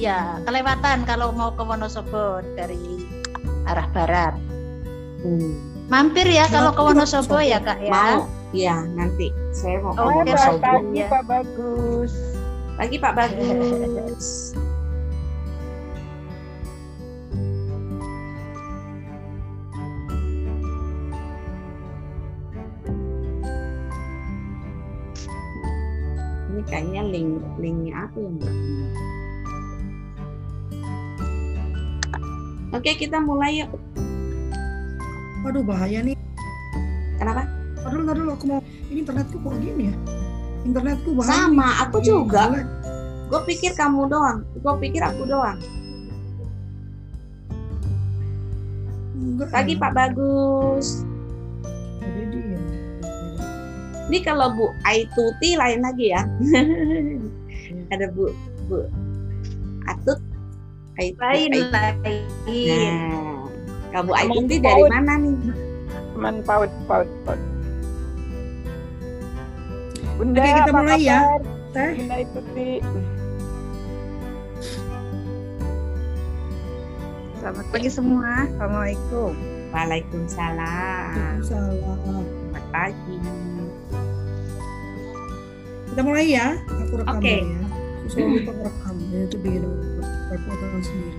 Ya, kelewatan kalau mau ke Wonosobo dari arah barat. Mampir ya kalau ke Wonosobo ya Kak ya. Mau, ya nanti saya mau ke Oke, Wonosobo. Pagi ya. Pak Bagus. Pagi Pak Bagus. Ini kayaknya linknya apa yang nggak benar. Oke, kita mulai yuk. Waduh, bahaya nih. Kenapa? Aduh, aku mau. Ini internetku kok gini ya? Internetku bahaya. Sama, nih. aku juga. Jelek. Gue pikir kamu doang. Gue pikir aku doang. Enggak, Pagi Pak Bagus. Jadi dia. Ini kalau Bu Aituti lain lagi ya. Ada Bu Atut. Lain. Nah, kalau Bu Aituti dari mana nih? Teman PAUD. Bunda, Oke, kita apa mulai ya. kabar? Teh. Bunda Ituti. Selamat pagi semua. Assalamualaikum. Waalaikumsalam. Salah. Selamat pagi. Kita mulai ya. Aku rekam Oke. dulu ya. Aku selalu lupa rekam. Itu bikin potongan sendiri.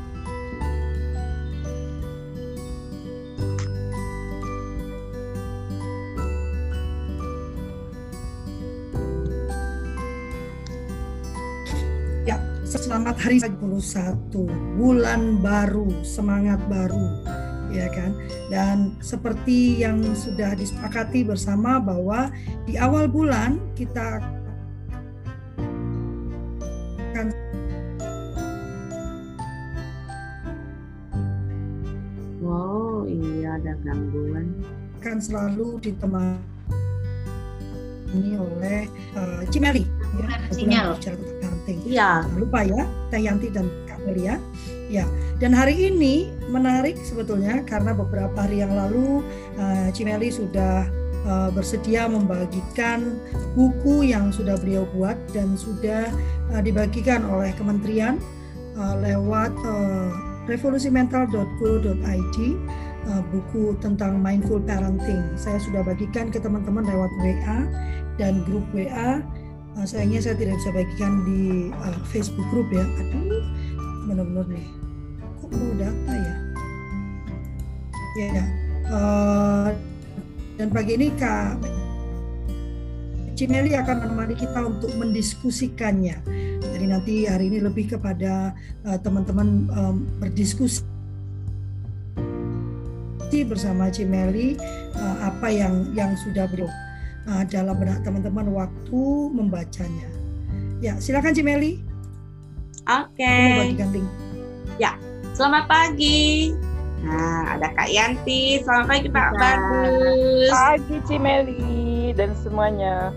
Ya, selamat hari 31, bulan baru, semangat baru, ya kan? Dan seperti yang sudah disepakati bersama bahwa di awal bulan kita akan Oh iya, ada gangguan. selalu ditemani oleh Cimeli, ya, Sinyal. bicara tentang parenting. Iya. Jangan lupa ya, Teh Yanti dan Kak Melia. Ya, dan hari ini menarik sebetulnya karena beberapa hari yang lalu Cimeli sudah bersedia membagikan buku yang sudah beliau buat dan sudah dibagikan oleh kementerian lewat revolusimental.go.id, buku tentang mindful parenting. Saya sudah bagikan ke teman-teman lewat WA dan grup WA. Sayangnya saya tidak bisa bagikan di Facebook group ya. Aduh, benar-benar nih. Kok mau data ya? Ya. Dan pagi ini Kak Cimeli akan menemani kita untuk mendiskusikannya. Jadi nanti hari ini lebih kepada teman-teman berdiskusi bersama Cimeli apa yang sudah beliau dalam benak teman-teman waktu membacanya. Ya, silakan Cimeli. Oke. Mau bagikan link. Ya, selamat pagi. Nah, ada Kak Yanti. Selamat pagi Pak Bisa. Bagus. Pagi Cimeli dan semuanya.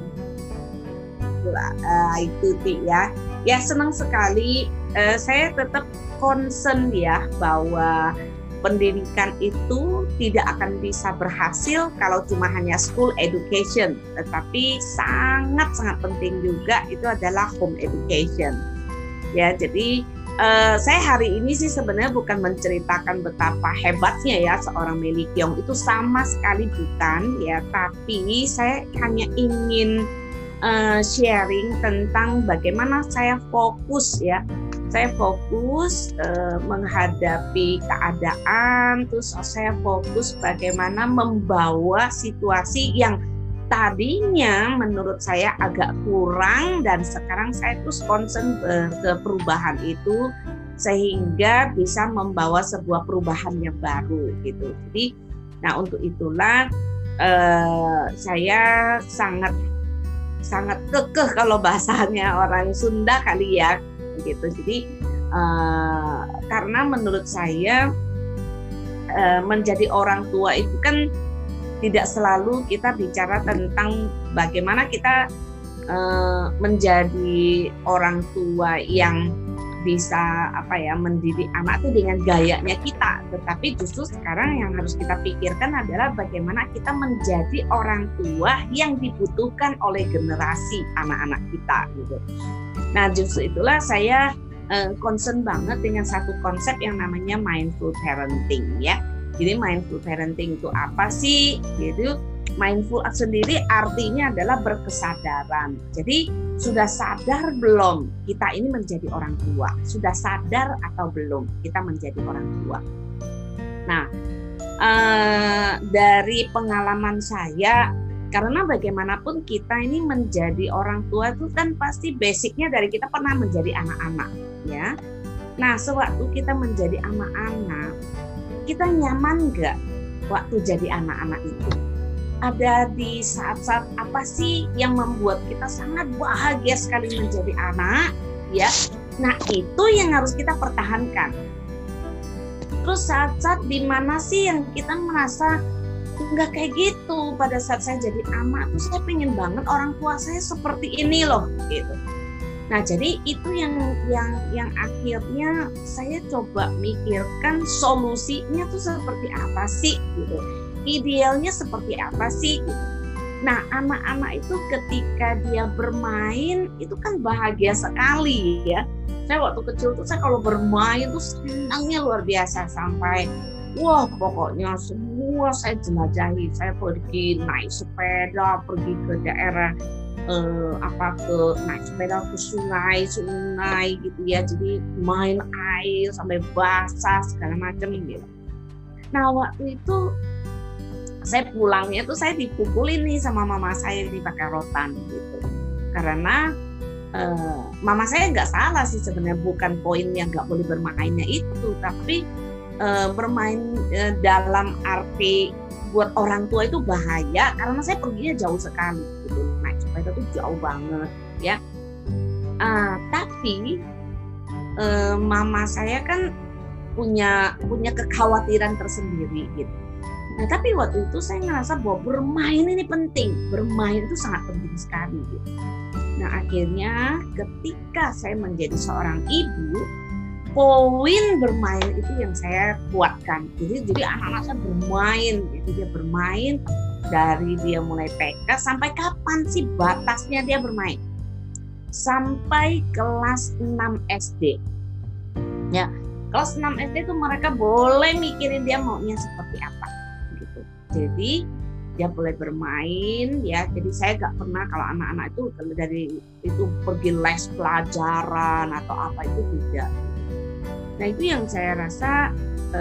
Itu ya. Ya, senang sekali. Saya tetap concern ya bahwa pendidikan itu tidak akan bisa berhasil kalau cuma hanya school education, tetapi sangat-sangat penting juga itu adalah home education. Ya, jadi saya hari ini sih sebenarnya bukan menceritakan betapa hebatnya ya seorang Meli Kyong, itu sama sekali bukan ya, tapi saya hanya ingin sharing tentang bagaimana saya fokus ya. Saya fokus menghadapi keadaan, terus saya fokus bagaimana membawa situasi yang tadinya menurut saya agak kurang dan sekarang saya terus concern ke perubahan itu sehingga bisa membawa sebuah perubahan yang baru gitu. Jadi, nah untuk itulah saya sangat kekeh kalau bahasanya orang Sunda kali ya. Gitu. Jadi karena menurut saya menjadi orang tua itu kan tidak selalu kita bicara tentang bagaimana kita menjadi orang tua yang bisa mendidik anak itu dengan gayanya kita, tetapi justru sekarang yang harus kita pikirkan adalah bagaimana kita menjadi orang tua yang dibutuhkan oleh generasi anak-anak kita gitu. Nah justru itulah saya concern banget dengan satu konsep yang namanya mindful parenting ya. Jadi mindful parenting itu apa sih? Jadi mindful sendiri artinya adalah berkesadaran. Jadi sudah sadar belum kita ini menjadi orang tua? Sudah sadar atau belum kita menjadi orang tua? Nah, dari pengalaman saya, karena bagaimanapun kita ini menjadi orang tua itu kan pasti basicnya dari kita pernah menjadi anak-anak, ya. Nah, sewaktu kita menjadi anak-anak, kita nyaman nggak waktu jadi anak-anak itu? Ada di saat-saat apa sih yang membuat kita sangat bahagia sekali menjadi anak, ya? Nah, itu yang harus kita pertahankan. Terus saat-saat di mana sih yang kita merasa nggak kayak gitu pada saat saya jadi anak tuh saya pengen banget orang tua saya seperti ini loh gitu. Nah jadi itu yang akhirnya saya coba mikirkan solusinya tuh seperti apa sih gitu, idealnya seperti apa sih gitu. Nah anak-anak itu ketika dia bermain itu kan bahagia sekali ya. Saya waktu kecil tuh saya kalau bermain tuh senangnya luar biasa sampai wah pokoknya semua saya jelajahi. Saya pergi naik sepeda, pergi ke daerah naik sepeda ke sungai gitu ya. Jadi main air sampai basah segala macam gitu. Nah waktu itu saya pulangnya tuh saya dipukulin nih sama mama saya di pakai rotan gitu. Karena mama saya nggak salah sih sebenarnya, bukan poin yang nggak boleh bermainnya itu, tapi bermain dalam arti buat orang tua itu bahaya karena saya perginya jauh sekali gitu, naik sepeda itu jauh banget ya. Tapi mama saya kan punya kekhawatiran tersendiri gitu. Nah tapi waktu itu saya ngerasa bahwa bermain ini penting, bermain itu sangat penting sekali gitu. Nah akhirnya ketika saya menjadi seorang ibu, poin bermain itu yang saya kuatkan. Jadi anak-anak saya bermain, jadi dia bermain dari dia mulai TK sampai kapan sih batasnya dia bermain? Sampai kelas 6 SD. Ya, kelas 6 SD itu mereka boleh mikirin dia maunya seperti apa gitu. Jadi dia boleh bermain ya. Jadi saya nggak pernah kalau anak-anak itu dari itu pergi les pelajaran atau apa itu tidak. Nah itu yang saya rasa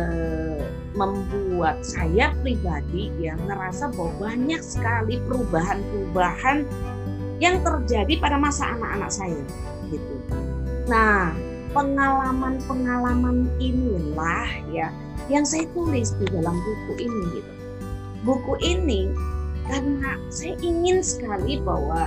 membuat saya pribadi ya ngerasa bahwa banyak sekali perubahan-perubahan yang terjadi pada masa anak-anak saya gitu. Nah pengalaman-pengalaman inilah ya yang saya tulis di dalam buku ini gitu. Buku ini karena saya ingin sekali bahwa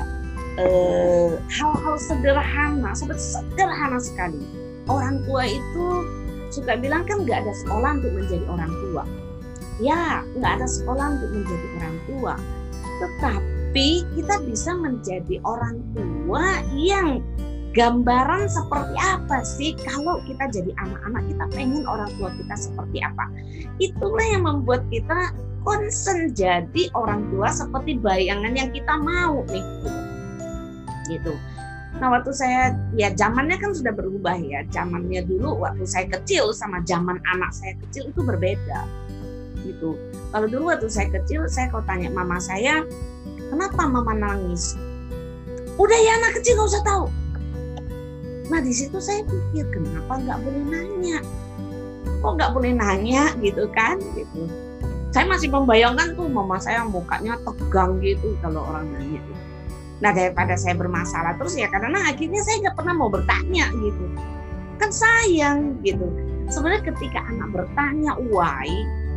hal-hal sederhana sekali. Orang tua itu suka bilang kan nggak ada sekolah untuk menjadi orang tua. Ya, nggak ada sekolah untuk menjadi orang tua. Tetapi kita bisa menjadi orang tua yang gambaran seperti apa sih kalau kita jadi anak-anak, kita pengen orang tua kita seperti apa. Itulah yang membuat kita concern jadi orang tua seperti bayangan yang kita mau nih gitu. Nah waktu saya ya zamannya kan sudah berubah ya, zamannya dulu waktu saya kecil sama zaman anak saya kecil itu berbeda gitu. Kalau dulu waktu saya kecil saya kalau tanya mama saya kenapa mama nangis, udah ya anak kecil nggak usah tahu. Nah di situ saya pikir kenapa nggak boleh nanya, kok nggak boleh nanya gitu kan gitu. Saya masih membayangkan tuh mama saya mukanya tegang gitu kalau orang nanya. Nah daripada saya bermasalah terus ya karena akhirnya saya nggak pernah mau bertanya gitu. Kan sayang gitu. Sebenarnya ketika anak bertanya why,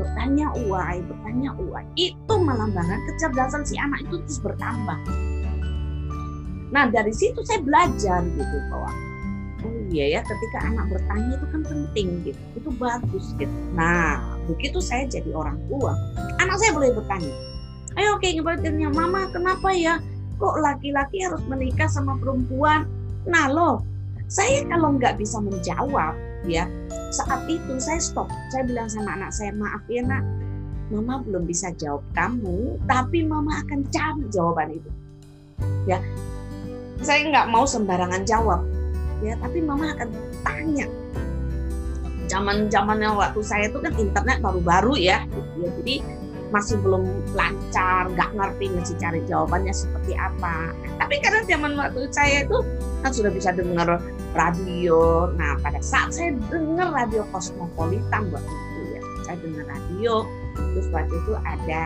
itu malah banget kecerdasan si anak itu terus bertambah. Nah dari situ saya belajar gitu bahwa oh iya ya ketika anak bertanya itu kan penting gitu, itu bagus gitu. Nah begitu saya jadi orang tua, anak saya boleh bertanya, ayo oke ngebatinnya mama kenapa ya kok laki-laki harus menikah sama perempuan? Nah loh, saya kalau nggak bisa menjawab ya saat itu saya stop, saya bilang sama anak saya maaf ya nak, mama belum bisa jawab kamu, tapi mama akan cari jawaban itu. Ya, saya nggak mau sembarangan jawab. ya, tapi mama akan tanya. Zaman-zamannya waktu saya itu kan internet baru-baru ya, gitu ya. Jadi masih belum lancar, nggak ngerti mesti cari jawabannya seperti apa. Tapi karena zaman waktu saya itu kan sudah bisa dengar radio. Nah, pada saat saya dengar radio Cosmopolitan waktu itu ya, saya dengar radio. Terus waktu itu ada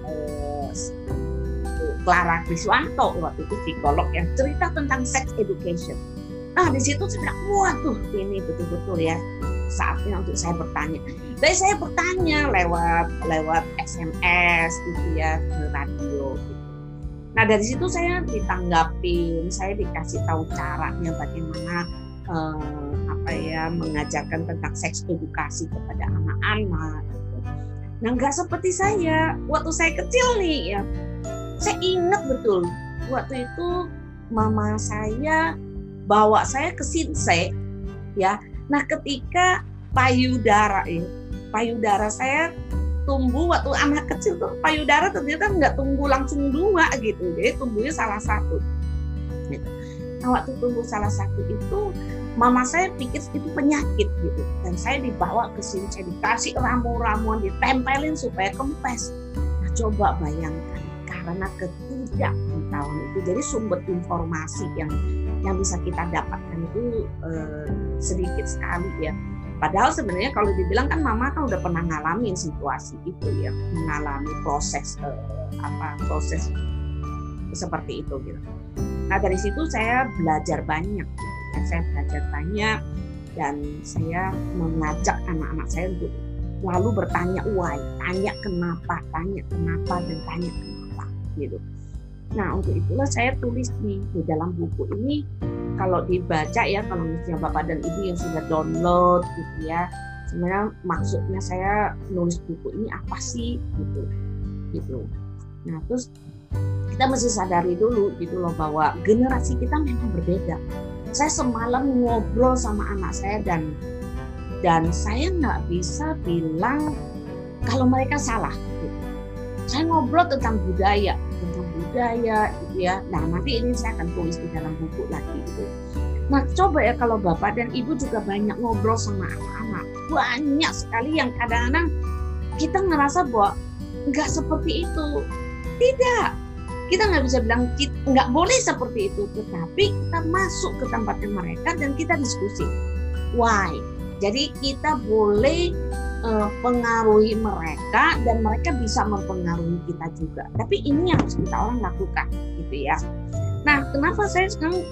Clara Kriswanto, waktu itu psikolog yang cerita tentang sex education. Nah, di situ saya bilang, waduh, ini betul-betul ya saatnya untuk saya bertanya. Dan saya bertanya lewat SMS gitu ya, ke radio gitu. Nah, dari situ saya ditanggapin, saya dikasih tahu caranya bagaimana mengajarkan tentang seks edukasi kepada anak-anak. Gitu. Nah, nggak seperti saya waktu saya kecil nih ya. Saya ingat betul waktu itu mama saya bawa saya ke Sinse ya. Nah, ketika payudara saya tumbuh waktu anak kecil tuh, payudara ternyata nggak tumbuh langsung 2 gitu, jadi tumbuhnya salah satu. Gitu. Nah, waktu tumbuh salah satu itu, mama saya pikir itu penyakit gitu, dan saya dibawa ke Sinse, dikasih ramu-ramuan, ditempelin supaya kempes. Nah, coba bayangkan, karena ketidakpengetahuan itu, jadi sumber informasi yang bisa kita dapatkan itu sedikit sekali ya. Padahal sebenarnya kalau dibilang kan mama kan udah pernah ngalamin situasi itu ya, mengalami proses seperti itu gitu. Nah, dari situ saya belajar banyak gitu ya. Saya belajar banyak dan saya mengajak anak-anak saya untuk lalu bertanya why, tanya kenapa dan tanya kenapa gitu. Nah, untuk itulah saya tulis di dalam buku ini. Kalau dibaca ya, kalau misalnya Bapak dan Ibu yang sudah download gitu ya, sebenarnya maksudnya saya nulis buku ini apa sih gitu. Nah, terus kita mesti sadari dulu gitu loh bahwa generasi kita memang berbeda. Saya semalam ngobrol sama anak saya dan saya nggak bisa bilang kalau mereka salah gitu. Saya ngobrol tentang budaya gitu ya. Nah, nanti ini saya akan tulis di dalam buku lagi gitu. Nah, coba ya kalau Bapak dan Ibu juga banyak ngobrol sama anak-anak. Banyak sekali yang kadang-kadang kita ngerasa bahwa nggak seperti itu. Tidak. Kita nggak bisa bilang nggak boleh seperti itu. Tetapi kita masuk ke tempatnya mereka dan kita diskusi. Why? Jadi kita boleh pengaruhi mereka dan mereka bisa mempengaruhi kita juga. Tapi ini yang harus kita orang lakukan gitu ya. Nah, kenapa saya sekarang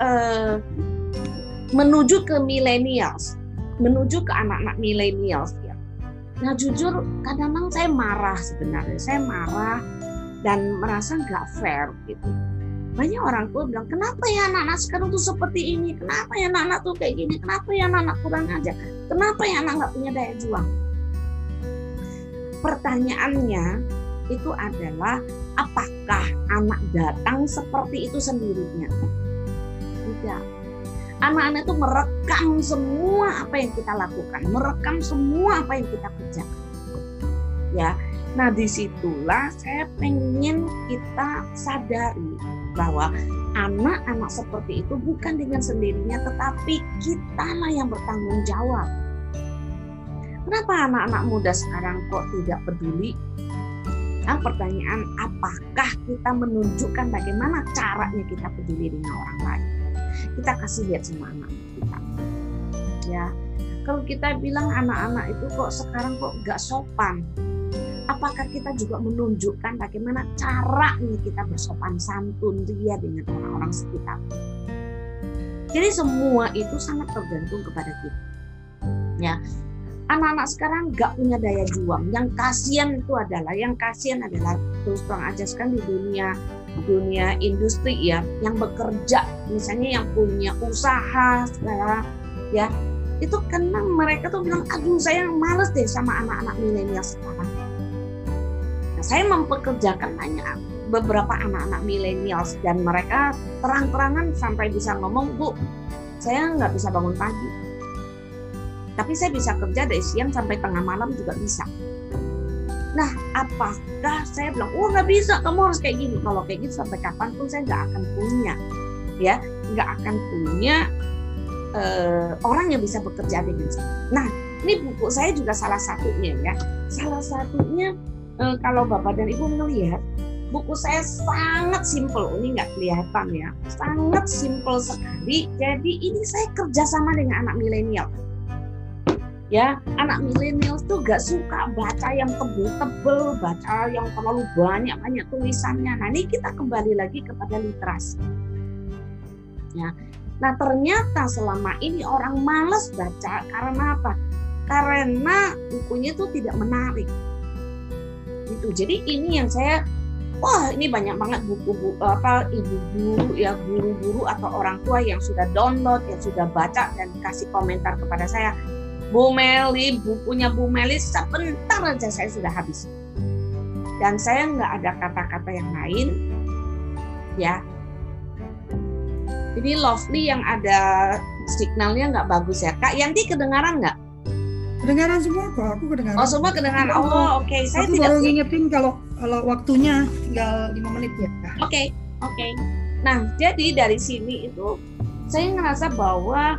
menuju ke millennials, menuju ke anak-anak millennials ya. Nah, jujur kadang-kadang saya marah sebenarnya. Saya marah dan merasa nggak fair gitu. Banyak orang tua bilang, kenapa ya anak-anak sekarang tuh seperti ini? Kenapa ya anak-anak tuh kayak gini? Kenapa ya anak-anak kurang ajar? Kenapa ya anak nggak punya daya juang? Pertanyaannya itu adalah, apakah anak datang seperti itu sendirinya? Tidak. Anak-anak itu merekam semua apa yang kita lakukan, merekam semua apa yang kita kerjakan. Ya, nah disitulah saya pengen kita sadari bahwa anak-anak seperti itu bukan dengan sendirinya, tetapi kitalah yang bertanggung jawab. Kenapa anak-anak muda sekarang kok tidak peduli? Nah, pertanyaan, apakah kita menunjukkan bagaimana caranya kita peduli dengan orang lain? Kita kasih lihat sama anak kita. Ya, kalau kita bilang anak-anak itu kok sekarang kok nggak sopan, apakah kita juga menunjukkan bagaimana caranya kita bersopan santun dia dengan orang-orang sekitar? Jadi semua itu sangat tergantung kepada kita. Ya, anak-anak sekarang nggak punya daya juang. Yang kasihan adalah terus terang aja sekarang di dunia industri ya, yang bekerja, misalnya yang punya usaha sekarang ya, itu karena mereka tuh bilang, aduh saya males deh sama anak-anak milenial sekarang. Nah, saya mempekerjakan beberapa anak-anak milenial dan mereka terang-terangan sampai bisa ngomong, Bu, saya nggak bisa bangun pagi, tapi saya bisa kerja dari siang sampai tengah malam juga bisa. Nah, apakah saya bilang, oh nggak bisa, kamu harus kayak gini. Kalau kayak gitu sampai kapanpun saya nggak akan punya, ya, nggak akan punya orang yang bisa bekerja dengan saya. Nah, ini buku saya juga salah satunya ya. Salah satunya kalau Bapak dan Ibu melihat, buku saya sangat simpel. Ini nggak kelihatan ya, sangat simpel sekali. Jadi ini saya kerjasama dengan anak milenial. Ya, anak milenial tuh gak suka baca yang tebel-tebel, baca yang terlalu banyak tulisannya. Nah, ini kita kembali lagi kepada literasi. Ya. Nah, ternyata selama ini orang malas baca karena apa? Karena bukunya itu tidak menarik. Gitu. Jadi ini yang saya, ini banyak banget buku ibu guru ya, guru-guru atau orang tua yang sudah download, yang sudah baca dan kasih komentar kepada saya. Bu Meli, bukunya Bu Meli sebentar aja saya sudah habis. Dan saya nggak ada kata-kata yang lain, ya. Ini Lovely yang ada signalnya nggak bagus ya. Kak Yanti kedengaran nggak? Kedengaran semua kok, aku kedengaran. Oh, semua kedengaran. Oh, oke. Saya aku tidak baru ngingetin kalau waktunya tinggal 5 menit ya. Oke. Nah, jadi dari sini itu saya ngerasa bahwa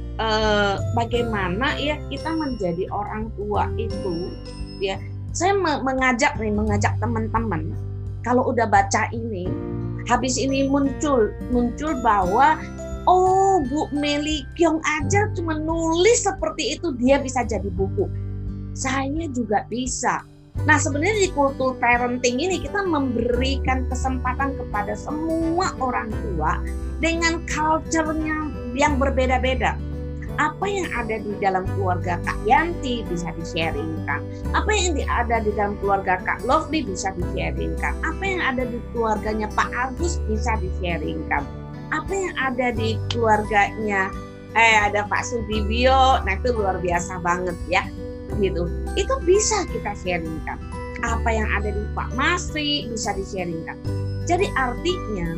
bagaimana ya kita menjadi orang tua itu ya. Saya mengajak teman-teman kalau udah baca ini, habis ini muncul bahwa Bu Meli Kyong aja cuma nulis seperti itu dia bisa jadi buku. Saya juga bisa. Nah, sebenarnya di kultur parenting ini kita memberikan kesempatan kepada semua orang tua dengan culture-nya yang berbeda-beda. Apa yang ada di dalam keluarga Kak Yanti bisa di-sharingkan. Apa yang ada di dalam keluarga Kak Lovely bisa di-sharingkan. Apa yang ada di keluarganya Pak Agus bisa di-sharingkan. Apa yang ada di keluarganya ada Pak Sudibyo, nah itu luar biasa banget ya. Gitu. Itu bisa kita sharingkan. Apa yang ada di Pak Masri bisa di-sharingkan. Jadi artinya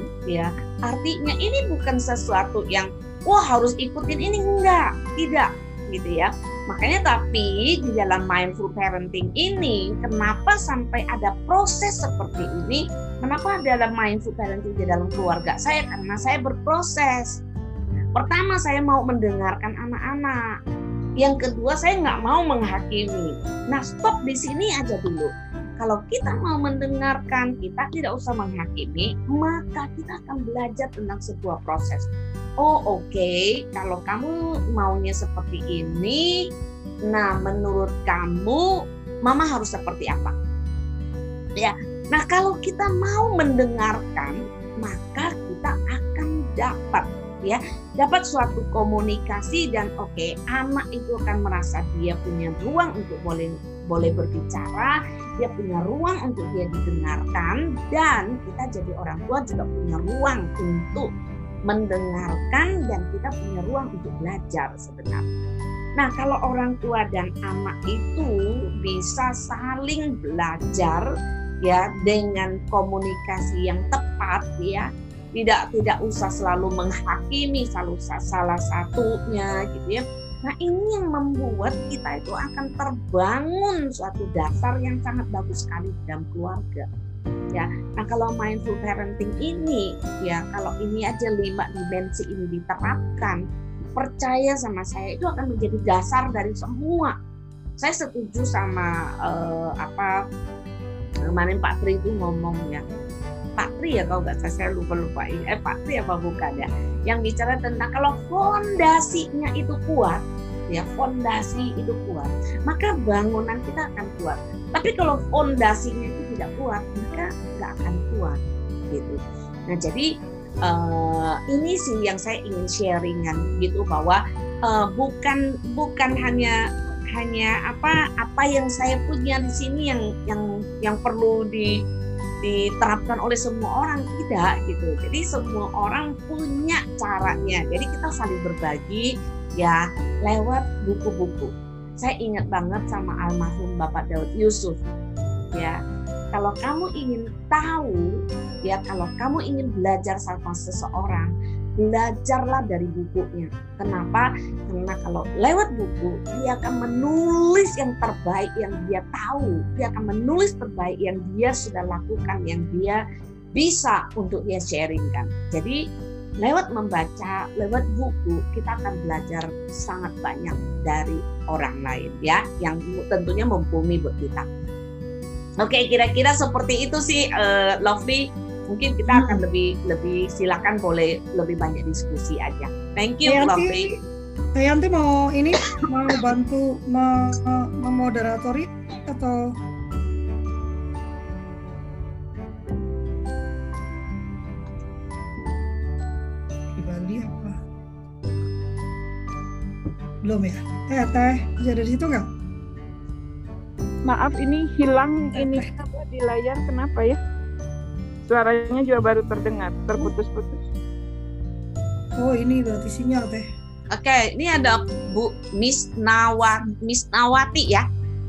ini bukan sesuatu yang harus ikutin ini, tidak gitu ya. Makanya tapi di dalam mindful parenting ini kenapa sampai ada proses seperti ini? Kenapa dalam mindful parenting di dalam keluarga saya? Karena saya berproses. Pertama, saya mau mendengarkan anak-anak. Yang kedua, saya nggak mau menghakimi. Nah, stop di sini aja dulu. Kalau kita mau mendengarkan, kita tidak usah menghakimi, maka kita akan belajar tentang sebuah proses. Oke, kalau kamu maunya seperti ini, nah menurut kamu, mama harus seperti apa? Ya, nah kalau kita mau mendengarkan, maka kita akan dapat suatu komunikasi dan anak itu akan merasa dia punya ruang untuk boleh berbicara, dia punya ruang untuk dia didengarkan, dan kita jadi orang tua juga punya ruang untuk mendengarkan dan kita punya ruang untuk belajar sebenarnya. Nah, kalau orang tua dan anak itu bisa saling belajar ya dengan komunikasi yang tepat ya, tidak usah selalu menghakimi salah satunya gitu ya. Nah, ini yang membuat kita itu akan terbangun suatu dasar yang sangat bagus sekali dalam keluarga. Ya, nah kalau mindful parenting ini, ya kalau ini aja 5 dimensi ini diterapkan, percaya sama saya itu akan menjadi dasar dari semua. Saya setuju sama kemarin Pak Tri itu ngomong ya, Pak Tri ya kalau nggak saya lupa Pak Tri apa bukan ya, yang bicara tentang kalau fondasinya itu kuat, ya fondasi itu kuat, maka bangunan kita akan kuat. Tapi kalau fondasinya itu tidak kuat, maka nggak akan kuat, gitu. Nah, jadi ini sih yang saya ingin sharingan, gitu bahwa bukan hanya apa yang saya punya di sini yang perlu diterapkan oleh semua orang, tidak, gitu. Jadi semua orang punya caranya. Jadi kita saling berbagi ya lewat buku-buku. Saya ingat banget sama almarhum Bapak Daud Yusuf. Ya, kalau kamu ingin tahu, ya kalau kamu ingin belajar sama seseorang, belajarlah dari bukunya. Kenapa? Karena kalau lewat buku, dia akan menulis yang terbaik yang dia tahu. Dia akan menulis terbaik yang dia sudah lakukan, yang dia bisa untuk dia sharingkan. Jadi lewat membaca, lewat buku kita akan belajar sangat banyak dari orang lain ya, yang tentunya mumpuni buat kita. Oke, kira-kira seperti itu sih, Lovely. Mungkin kita akan lebih silakan boleh lebih banyak diskusi aja. Thank you, Lovely. Yanti mau bantu memoderatori atau di Bali apa? Belum ya? Teh, masih ada di situ nggak? Maaf, ini hilang ini di layar, kenapa ya? Suaranya juga baru terdengar, terputus-putus. Oh, ini berarti sinyal, Teh. Oke, ini ada Bu Miss Nawati ya.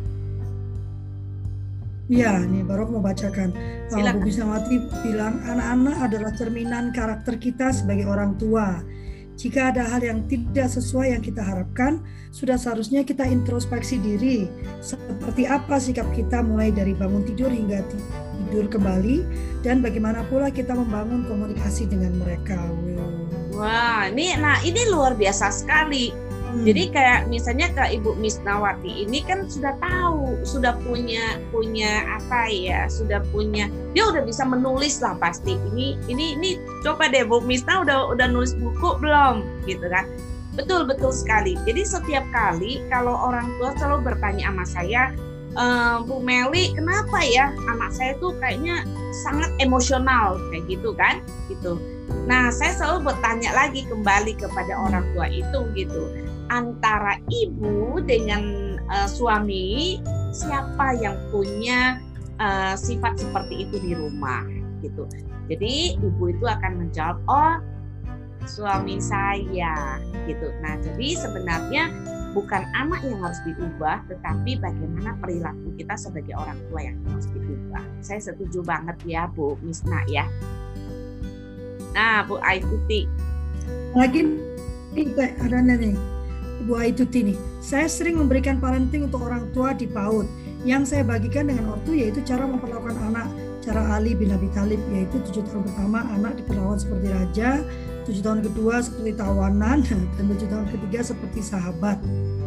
Iya, nih baru mau bacakan. Bu Miss Nawati bilang, anak-anak adalah cerminan karakter kita sebagai orang tua. Jika ada hal yang tidak sesuai yang kita harapkan, sudah seharusnya kita introspeksi diri. Seperti apa sikap kita mulai dari bangun tidur hingga tidur kembali, dan bagaimana pula kita membangun komunikasi dengan mereka. Wah, ini luar biasa sekali. Jadi kayak misalnya ke Ibu Miss Nawati ini kan sudah tahu, sudah punya apa ya, dia udah bisa menulis lah pasti. Ini coba deh Bu Miss udah nulis buku belum gitu kan. Betul sekali. Jadi setiap kali kalau orang tua selalu bertanya sama saya, Bu Meli, kenapa ya anak saya tuh kayaknya sangat emosional kayak gitu kan gitu. Nah, saya selalu bertanya lagi kembali kepada orang tua itu gitu. Antara ibu dengan suami, siapa yang punya sifat seperti itu di rumah gitu. Jadi ibu itu akan menjawab, oh suami saya gitu. Nah, jadi sebenarnya bukan anak yang harus diubah, tetapi bagaimana perilaku kita sebagai orang tua yang harus diubah. Saya setuju banget ya Bu Misna ya. Nah, Bu Aituti. Lagi ada nih, Ibu Aituti nih. Saya sering memberikan parenting untuk orang tua di PAUD. Yang saya bagikan dengan ortu yaitu cara memperlakukan anak. Cara Ali bin Abi Thalib, yaitu 7 tahun pertama anak diperlakukan seperti raja, 7 tahun kedua seperti tawanan, dan 7 tahun ketiga seperti sahabat.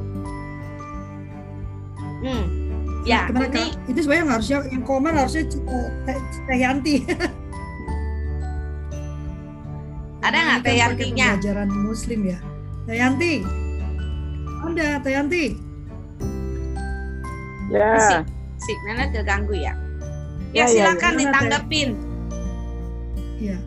Ya, gimana, Kak? Itu sebenarnya harusnya yang komen harusnya Teh Yanti. Ada nggak Teh Yantinya? Pelajaran Muslim ya, Teh Yanti. Ada Teh Yanti. Ya. Signalnya terganggu ya. Ya silakan ditanggepin. Iya.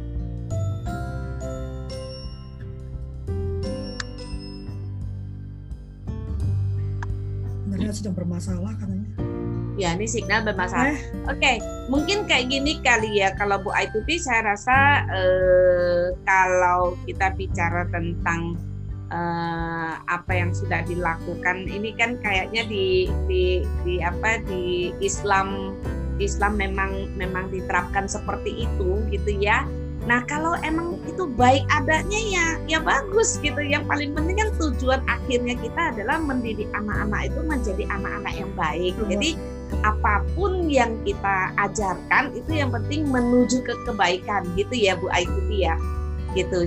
Sebenarnya sedang bermasalah katanya. Ya, ini signal bermasalah. Oke, mungkin kayak gini kali ya, kalau Bu Aituti saya rasa kalau kita bicara tentang apa yang sudah dilakukan ini kan kayaknya di Islam memang diterapkan seperti itu gitu ya. Nah, kalau emang itu baik adanya ya bagus gitu. Yang paling penting kan tujuan akhirnya kita adalah mendidik anak-anak itu menjadi anak-anak yang baik. Jadi apapun yang kita ajarkan itu yang penting menuju ke kebaikan gitu ya Bu Aituti ya. Gitu.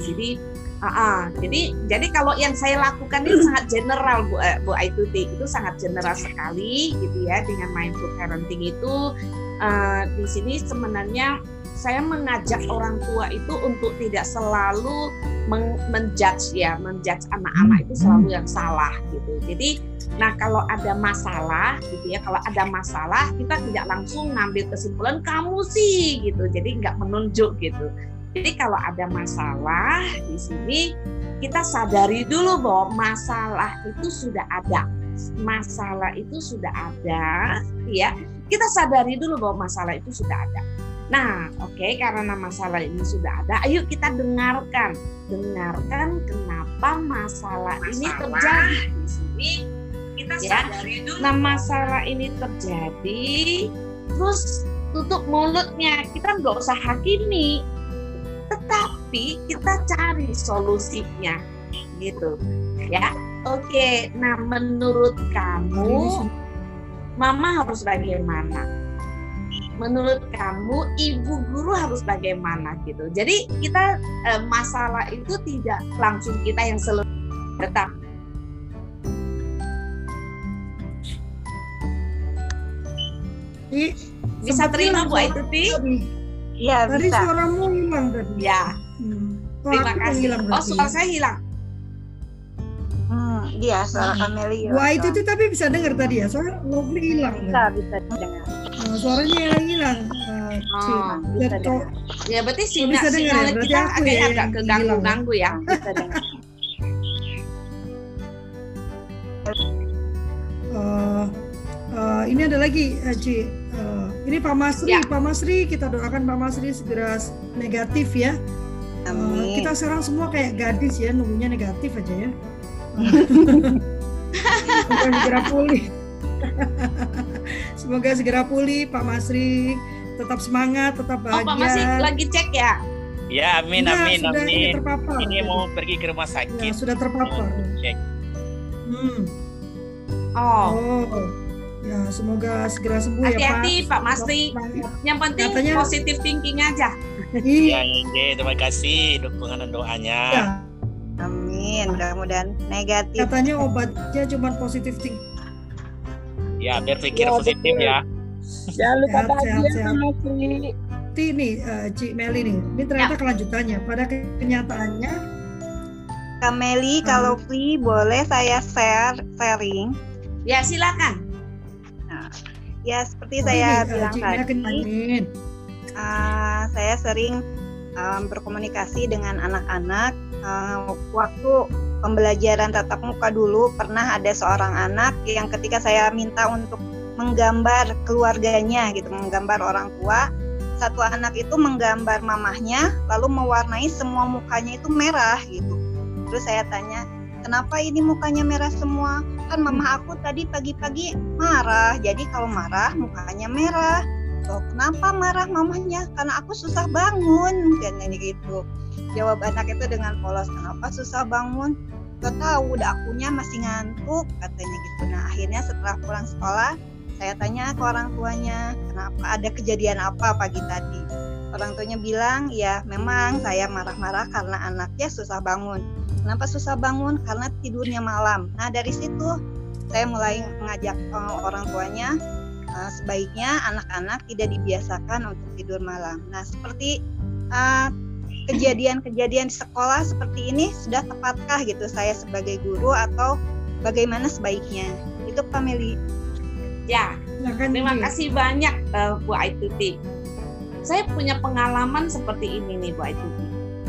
Jadi kalau yang saya lakukan ini sangat general Bu Aituti, itu sangat general sekali gitu ya dengan mindful parenting itu. Di sini sebenarnya saya mengajak orang tua itu untuk tidak selalu menjudge anak-anak itu selalu yang salah gitu. Jadi, nah kalau ada masalah gitu ya, kalau ada masalah kita tidak langsung ngambil kesimpulan kamu sih gitu. Jadi nggak menunjuk gitu. Jadi kalau ada masalah di sini kita sadari dulu bahwa masalah itu sudah ada. Masalah itu sudah ada, ya. Kita sadari dulu bahwa masalah itu sudah ada. Nah, oke, karena masalah ini sudah ada, ayo kita dengarkan kenapa masalah ini terjadi di sini. Kita sadari dulu. Nah, masalah ini terjadi, terus tutup mulutnya. Kita nggak usah hakimi, tetapi kita cari solusinya, gitu, ya. Oke, nah menurut kamu, Mama harus bagaimana? menurut kamu ibu guru harus bagaimana gitu. Jadi kita masalah itu tidak langsung kita yang tetap bisa terima Bu Aituti? Iya, Tadi bisa. suaramu hilang tadi. Ya. Terima kasih. Hilang Oh, suara saya hilang. Iya, suara Kameli. Bu Aituti tapi bisa dengar tadi ya, soalnya Lovely hilang. Bisa dengar. Suaranya yang hilang. Bisa dengar. Ya berarti bisa dengar ya, sinyal berarti kita aku agak yang keganggu-ganggu ya. Bisa dengar. Ini ada lagi, Ci. Ini Pak Masri, Ya. Pak Masri, kita doakan Pak Masri segera negatif ya. Amin. Kita sekarang semua kayak gadis ya, nunggunya negatif aja ya. Semoga segera pulih. Semoga segera pulih, Pak Masri. Tetap semangat, tetap Oh, bahagia. Pak Masih lagi cek ya? Ya, amin, Nah, amin, sudah ini amin. terpapar. Ini mau pergi ke rumah Ya, sakit. sudah terpapar. Cek. Oh, Oh, ya semoga segera sembuh ya Pak. hati-hati Pak Masri. Semangat. Yang penting Katanya- positive thinking aja. Iya. Ya, terima kasih dukungan dan doanya. Ya, Amin. Mudah-mudahan negatif. katanya obatnya cuma positif thinking. Ya, berpikir Ya, positif betul. ya. Jangan lupa Sehat, bahagia sehat, sehat. sama Sri. Seperti ini, Cik Meli nih. Ini ternyata kelanjutannya. Pada kenyataannya, Kameli, kalau free boleh saya sharing. Ya silakan. Ya seperti saya bilang Cik Meli tadi, kenalin. saya sering berkomunikasi dengan anak-anak. Waktu pembelajaran tatap muka dulu pernah ada seorang anak yang ketika saya minta untuk menggambar keluarganya gitu, menggambar orang tua, satu anak itu menggambar mamahnya lalu mewarnai semua mukanya itu merah gitu. Terus saya tanya, kenapa ini mukanya merah semua? Kan mama aku tadi pagi-pagi marah, jadi kalau marah mukanya merah. Loh, kenapa marah mamanya? Karena aku susah bangun, katanya gitu. Jawab anak itu dengan polos, kenapa susah bangun? Gak tahu, udah akunya masih ngantuk, katanya gitu. Nah akhirnya setelah pulang sekolah, saya tanya ke orang tuanya, kenapa, ada kejadian apa pagi tadi? Orang tuanya bilang, ya memang saya marah-marah karena anaknya susah bangun. Kenapa susah bangun? Karena tidurnya malam. Nah dari situ saya mulai mengajak orang tuanya, sebaiknya anak-anak tidak dibiasakan untuk tidur malam. Nah seperti kejadian-kejadian di sekolah seperti ini sudah tepatkah gitu saya sebagai guru atau bagaimana sebaiknya? Itu Pak Meli. Ya, Silakan, terima Cik. kasih banyak Bu Aituti. Saya punya pengalaman seperti ini nih Bu Aituti.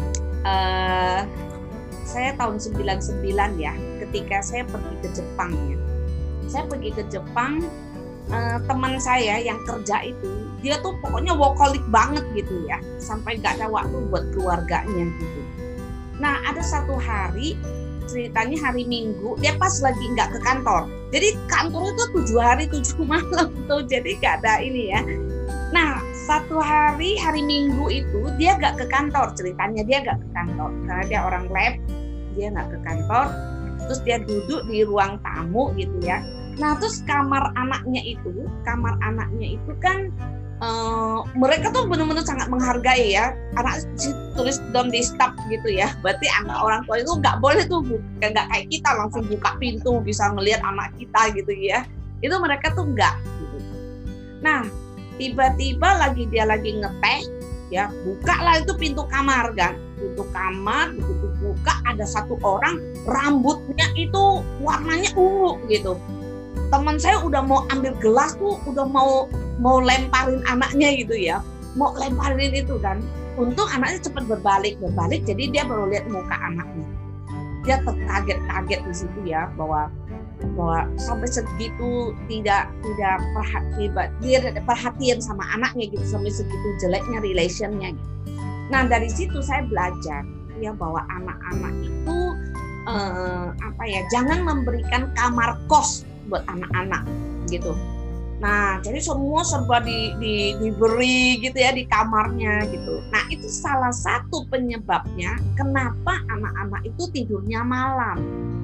Saya tahun 99 ya, ketika saya pergi ke Jepang ya. Saya pergi ke Jepang, teman saya yang kerja itu, dia tuh pokoknya workaholic banget gitu ya, sampai gak ada waktu buat keluarganya gitu. Nah ada satu hari, ceritanya hari Minggu, dia pas lagi nggak ke kantor. Jadi kantor itu 7 hari 7 malam tuh, jadi nggak ada ini ya. Nah satu hari Minggu itu dia nggak ke kantor, ceritanya dia nggak ke kantor karena dia orang lab, dia nggak ke kantor. Terus dia duduk di ruang tamu gitu ya. Nah terus kamar anaknya itu kan mereka tuh benar-benar sangat menghargai ya, anak tulis don't disturb gitu ya. Berarti anak orang tua itu nggak boleh tuh, nggak kayak kita langsung buka pintu bisa ngelihat anak kita gitu ya. Itu mereka tuh nggak gitu. Nah tiba-tiba dia lagi ngeteh ya, buka lah itu pintu kamar kan, pintu kamar begitu buka ada satu orang rambutnya itu warnanya ungu gitu. Teman saya udah mau ambil gelas tuh, udah mau lemparin anaknya gitu ya, mau lemparin itu kan. Untung anaknya cepat berbalik, jadi dia baru lihat muka anaknya. Dia terkaget-kaget di situ ya, bahwa sampai segitu tidak perhatian sama anaknya gitu, sampai segitu jeleknya relationnya gitu. Nah dari situ saya belajar ya bahwa anak-anak itu jangan memberikan kamar kos buat anak-anak gitu. Nah, jadi semua serba diberi gitu ya di kamarnya gitu. Nah, itu salah satu penyebabnya kenapa anak-anak itu tidurnya malam.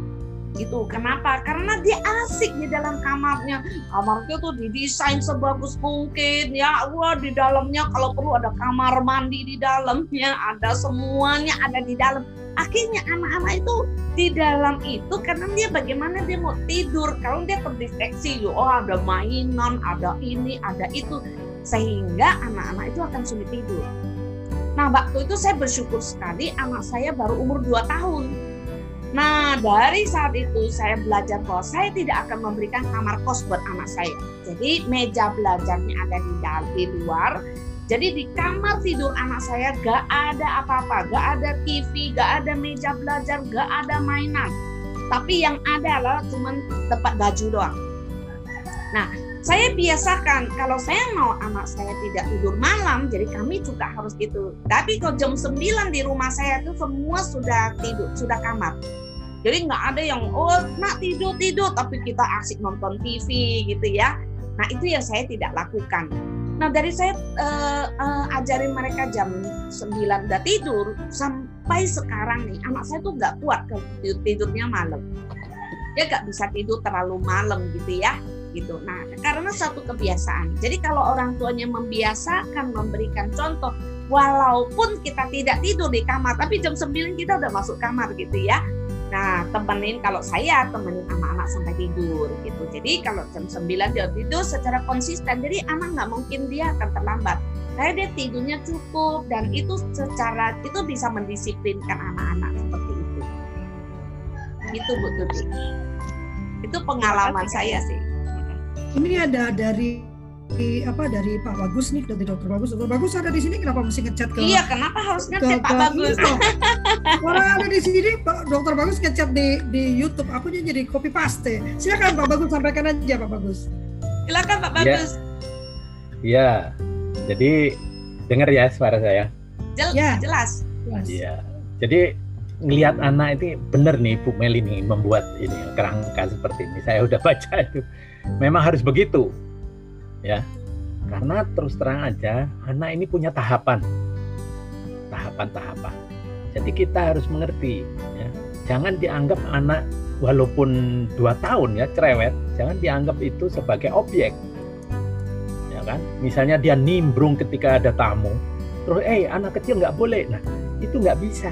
gitu. Kenapa? Karena dia asik di dalam kamarnya. Kamarnya tuh didesain sebagus mungkin ya. Wah, di dalamnya kalau perlu ada kamar mandi di dalamnya, ada semuanya ada di dalam. Akhirnya anak-anak itu di dalam itu karena dia bagaimana dia mau tidur. Kalau dia terdistraksi, oh ada mainan, ada ini, ada itu, sehingga anak-anak itu akan sulit tidur. Nah, waktu itu saya bersyukur sekali anak saya baru umur 2 tahun. Nah, dari saat itu saya belajar bahwa saya tidak akan memberikan kamar kos buat anak saya. Jadi meja belajarnya ada di luar. Jadi di kamar tidur anak saya gak ada apa-apa, gak ada TV, gak ada meja belajar, gak ada mainan. Tapi yang ada adalah cuma tempat baju doang. Nah, saya biasakan kalau saya mau anak saya tidak tidur malam, jadi kami juga harus gitu. Tapi kalau jam 9 di rumah saya itu semua sudah tidur, sudah kamar. Jadi nggak ada yang nak tidur tapi kita asik nonton TV gitu ya. Nah, itu yang saya tidak lakukan. Nah, dari saya ajarin mereka jam 9 udah tidur sampai sekarang nih anak saya tuh nggak kuat kalau tidurnya malam. Dia nggak bisa tidur terlalu malam gitu ya. Gitu. Nah, karena satu kebiasaan. Jadi kalau orang tuanya membiasakan memberikan contoh, walaupun kita tidak tidur di kamar, tapi jam 9 kita udah masuk kamar gitu ya. Nah, kalau saya temenin anak-anak sampai tidur gitu. Jadi kalau jam 9 dia tidur secara konsisten, jadi anak nggak mungkin dia akan terlambat. Karena dia tidurnya cukup dan itu bisa mendisiplinkan anak-anak seperti itu. Itu Bu Tuti. Itu pengalaman saya sih. Ini ada dari Pak Bagus nih, dari Dokter Bagus. Dokter Bagus ada di sini, kenapa mesti ngechat ke? Iya, kenapa harus ngechat Pak Bagus? Orang ada di sini, Dokter Bagus ngechat di YouTube. Aku jadi copy paste. Silakan Pak Bagus, sampaikan aja Pak Bagus. Silakan Pak Bagus. Iya. Jadi dengar ya suara saya. Jelas. Iya. Jadi ngelihat anak itu benar nih Bu Meli nih membuat ini kerangka seperti ini. Saya udah baca itu. Memang harus begitu. Ya. Karena terus terang aja anak ini punya tahapan. Jadi kita harus mengerti ya. Jangan dianggap anak walaupun 2 tahun ya cerewet, jangan dianggap itu sebagai objek. Ya kan? Misalnya dia nimbrung ketika ada tamu. Terus anak kecil nggak boleh. Nah, itu nggak bisa.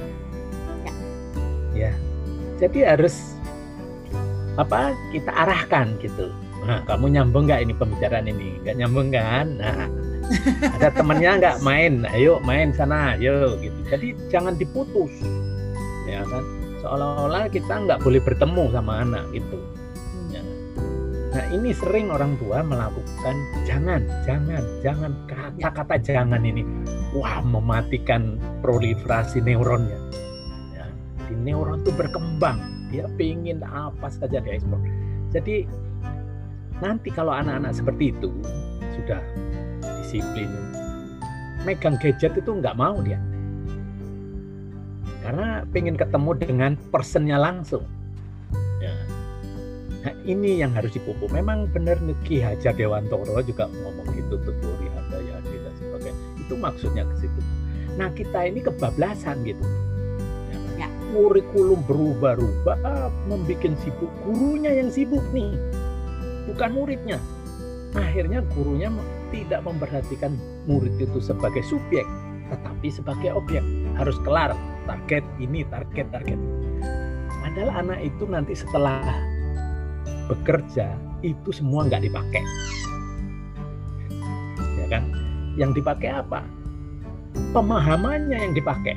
Ya, jadi harus kita arahkan gitu. Nah, kamu nyambung nggak ini pembicaraan ini? Nggak nyambung kan? Nah, ada temennya nggak main? Ayo main sana, ayo gitu. Jadi jangan diputus, ya kan? Seolah-olah kita nggak boleh bertemu sama anak itu. Ya. Nah, ini sering orang tua melakukan jangan. Kata-kata jangan ini, wah mematikan proliferasi neuronnya. Neuron itu berkembang, dia pingin apa saja dieksplor. Jadi nanti kalau anak-anak seperti itu sudah disiplin, megang gadget itu nggak mau dia, karena pengen ketemu dengan personnya langsung. Ya. Nah, ini yang harus dipupuk. Memang benar Ki Hajar Dewantoro juga ngomong gitu, tuturi hadaya dan sebagainya. Itu maksudnya ke situ. Nah, kita ini kebablasan gitu. Kurikulum berubah-ubah, membuat sibuk gurunya yang sibuk nih, bukan muridnya. Akhirnya gurunya tidak memperhatikan murid itu sebagai subjek, tetapi sebagai objek. Harus kelar target ini, target. Padahal anak itu nanti setelah bekerja itu semua nggak dipakai, ya kan? Yang dipakai apa? Pemahamannya yang dipakai.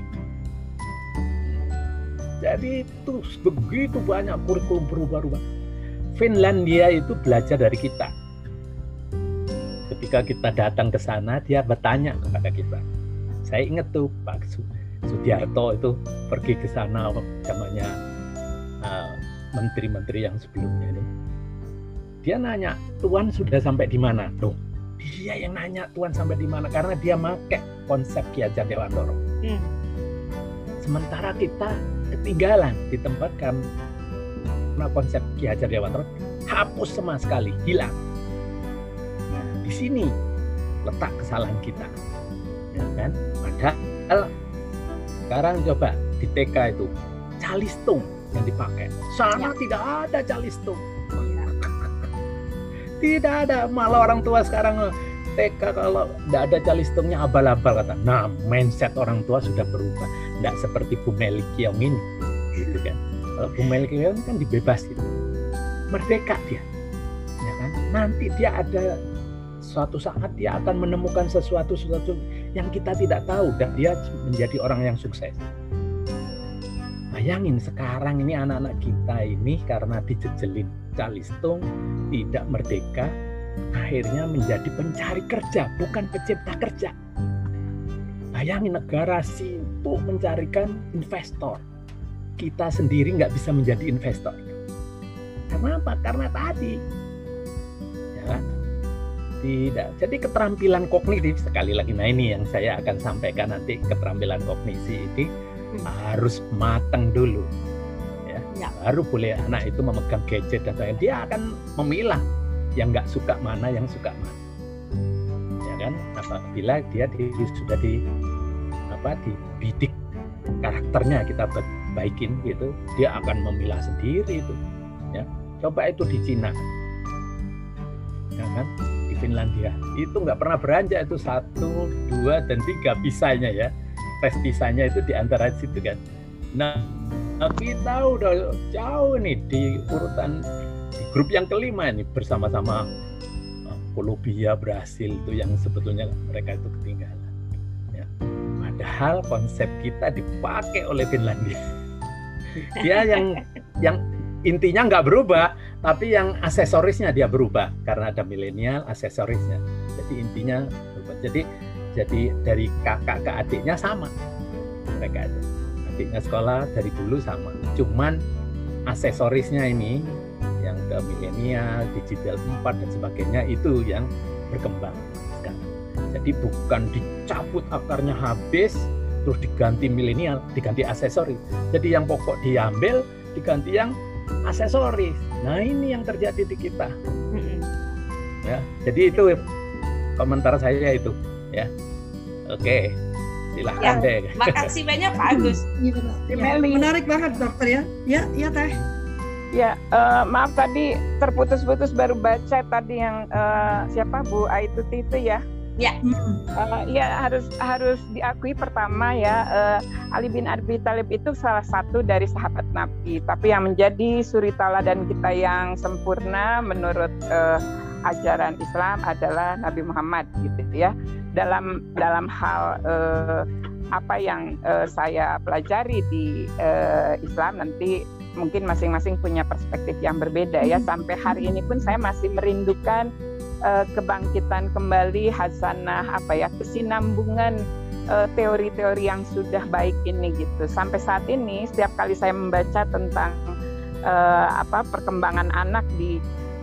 Jadi itu begitu banyak kurikulum berubah-ubah. Finlandia itu belajar dari kita. Ketika kita datang ke sana, dia bertanya kepada kita. Saya ingat tuh Pak Sudiarto itu pergi ke sana zamannya menteri-menteri yang sebelumnya ini. Dia nanya, Tuan sudah sampai di mana? Tuh, dia yang nanya Tuan sampai di mana karena dia pakai konsep Ki Hajar Dewantoro. Sementara kita ketinggalan di tempat karena konsep Ki Hajar Dewantoro hapus sama sekali, hilang. Nah, di sini letak kesalahan kita, ya kan? Padahal sekarang coba di TK itu calistung, yang dipakai. Sana tidak ada calistung. Tidak ada, malah orang tua sekarang TK kalau tidak ada calistungnya abal-abal kata. Nah, mindset orang tua sudah berubah. Tidak seperti Bu Meli Kiong ini, gitu kan. Kalau Bu Meli Kiong kan dibebasin, merdeka dia, ya kan. Nanti dia ada suatu saat dia akan menemukan sesuatu yang kita tidak tahu dan dia menjadi orang yang sukses. Bayangin sekarang ini anak-anak kita ini karena dijejelin calistung, tidak merdeka, akhirnya menjadi pencari kerja, bukan pencipta kerja. Bayangin negara sibuk mencarikan investor. Kita sendiri nggak bisa menjadi investor. Karena apa? Karena tadi. Ya, tidak. Jadi keterampilan kognitif, sekali lagi, nah ini yang saya akan sampaikan nanti, keterampilan kognisi ini harus matang dulu. Ya. Baru boleh anak itu memegang gadget dan sebagainya. Dia akan memilah yang nggak suka mana, yang suka mana, ya kan? Apabila dia sudah dibidik karakternya, kita baikin gitu, dia akan memilah sendiri itu. Ya, coba itu di Cina, ya kan? Di Finlandia itu nggak pernah beranjak itu 1, 2, dan 3 pisahnya ya. Tes pisahnya itu di antara situ kan. Nah, kita udah jauh nih di urutan di grup yang kelima ini bersama-sama Kolombia, Brasil itu yang sebetulnya mereka itu ketinggalan. Ya. Padahal konsep kita dipakai oleh Finlandia. Dia yang intinya nggak berubah, tapi yang aksesorisnya dia berubah karena ada milenial aksesorisnya. Jadi intinya berubah. Jadi dari kakak ke adiknya sama mereka itu. Adiknya sekolah dari dulu sama. Cuman aksesorisnya ini yang ke milenial, digital 4 dan sebagainya itu yang berkembang sekarang. Jadi bukan dicabut akarnya habis terus diganti milenial, diganti aksesoris. Jadi yang pokok diambil, diganti yang aksesoris. Nah, ini yang terjadi di kita. Ya, jadi itu komentar saya itu. Ya, oke, silahkan deh. Makasih banyak Pak Agus. Menarik banget dokter ya. Ya Teh. Ya, maaf tadi terputus-putus baru baca tadi yang siapa Bu Aituti itu ya. Ya. Ya harus diakui pertama ya, Ali bin Abi Thalib itu salah satu dari sahabat Nabi. Tapi yang menjadi suri tauladan kita yang sempurna menurut ajaran Islam adalah Nabi Muhammad gitu ya. Dalam hal apa yang saya pelajari di Islam, nanti mungkin masing-masing punya perspektif yang berbeda ya. Sampai hari ini pun saya masih merindukan kebangkitan kembali hasanah kesinambungan teori-teori yang sudah baik ini gitu. Sampai saat ini setiap kali saya membaca tentang perkembangan anak di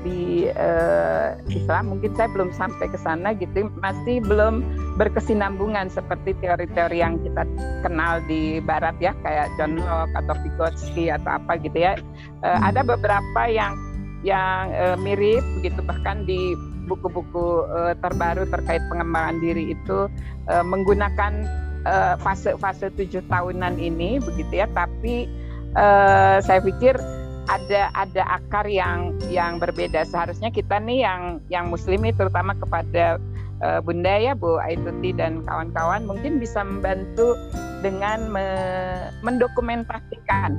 Islam, mungkin saya belum sampai ke sana gitu, masih belum berkesinambungan seperti teori-teori yang kita kenal di Barat ya, kayak John Locke atau Vygotsky atau apa gitu ya. Ada beberapa yang mirip begitu, bahkan di buku-buku terbaru terkait pengembangan diri itu menggunakan fase-fase 7 tahunan ini begitu ya. Tapi saya pikir ada akar yang berbeda. Seharusnya kita nih yang Muslim, terutama kepada Bunda ya, Bu Aituti dan kawan-kawan, mungkin bisa membantu dengan mendokumentasikan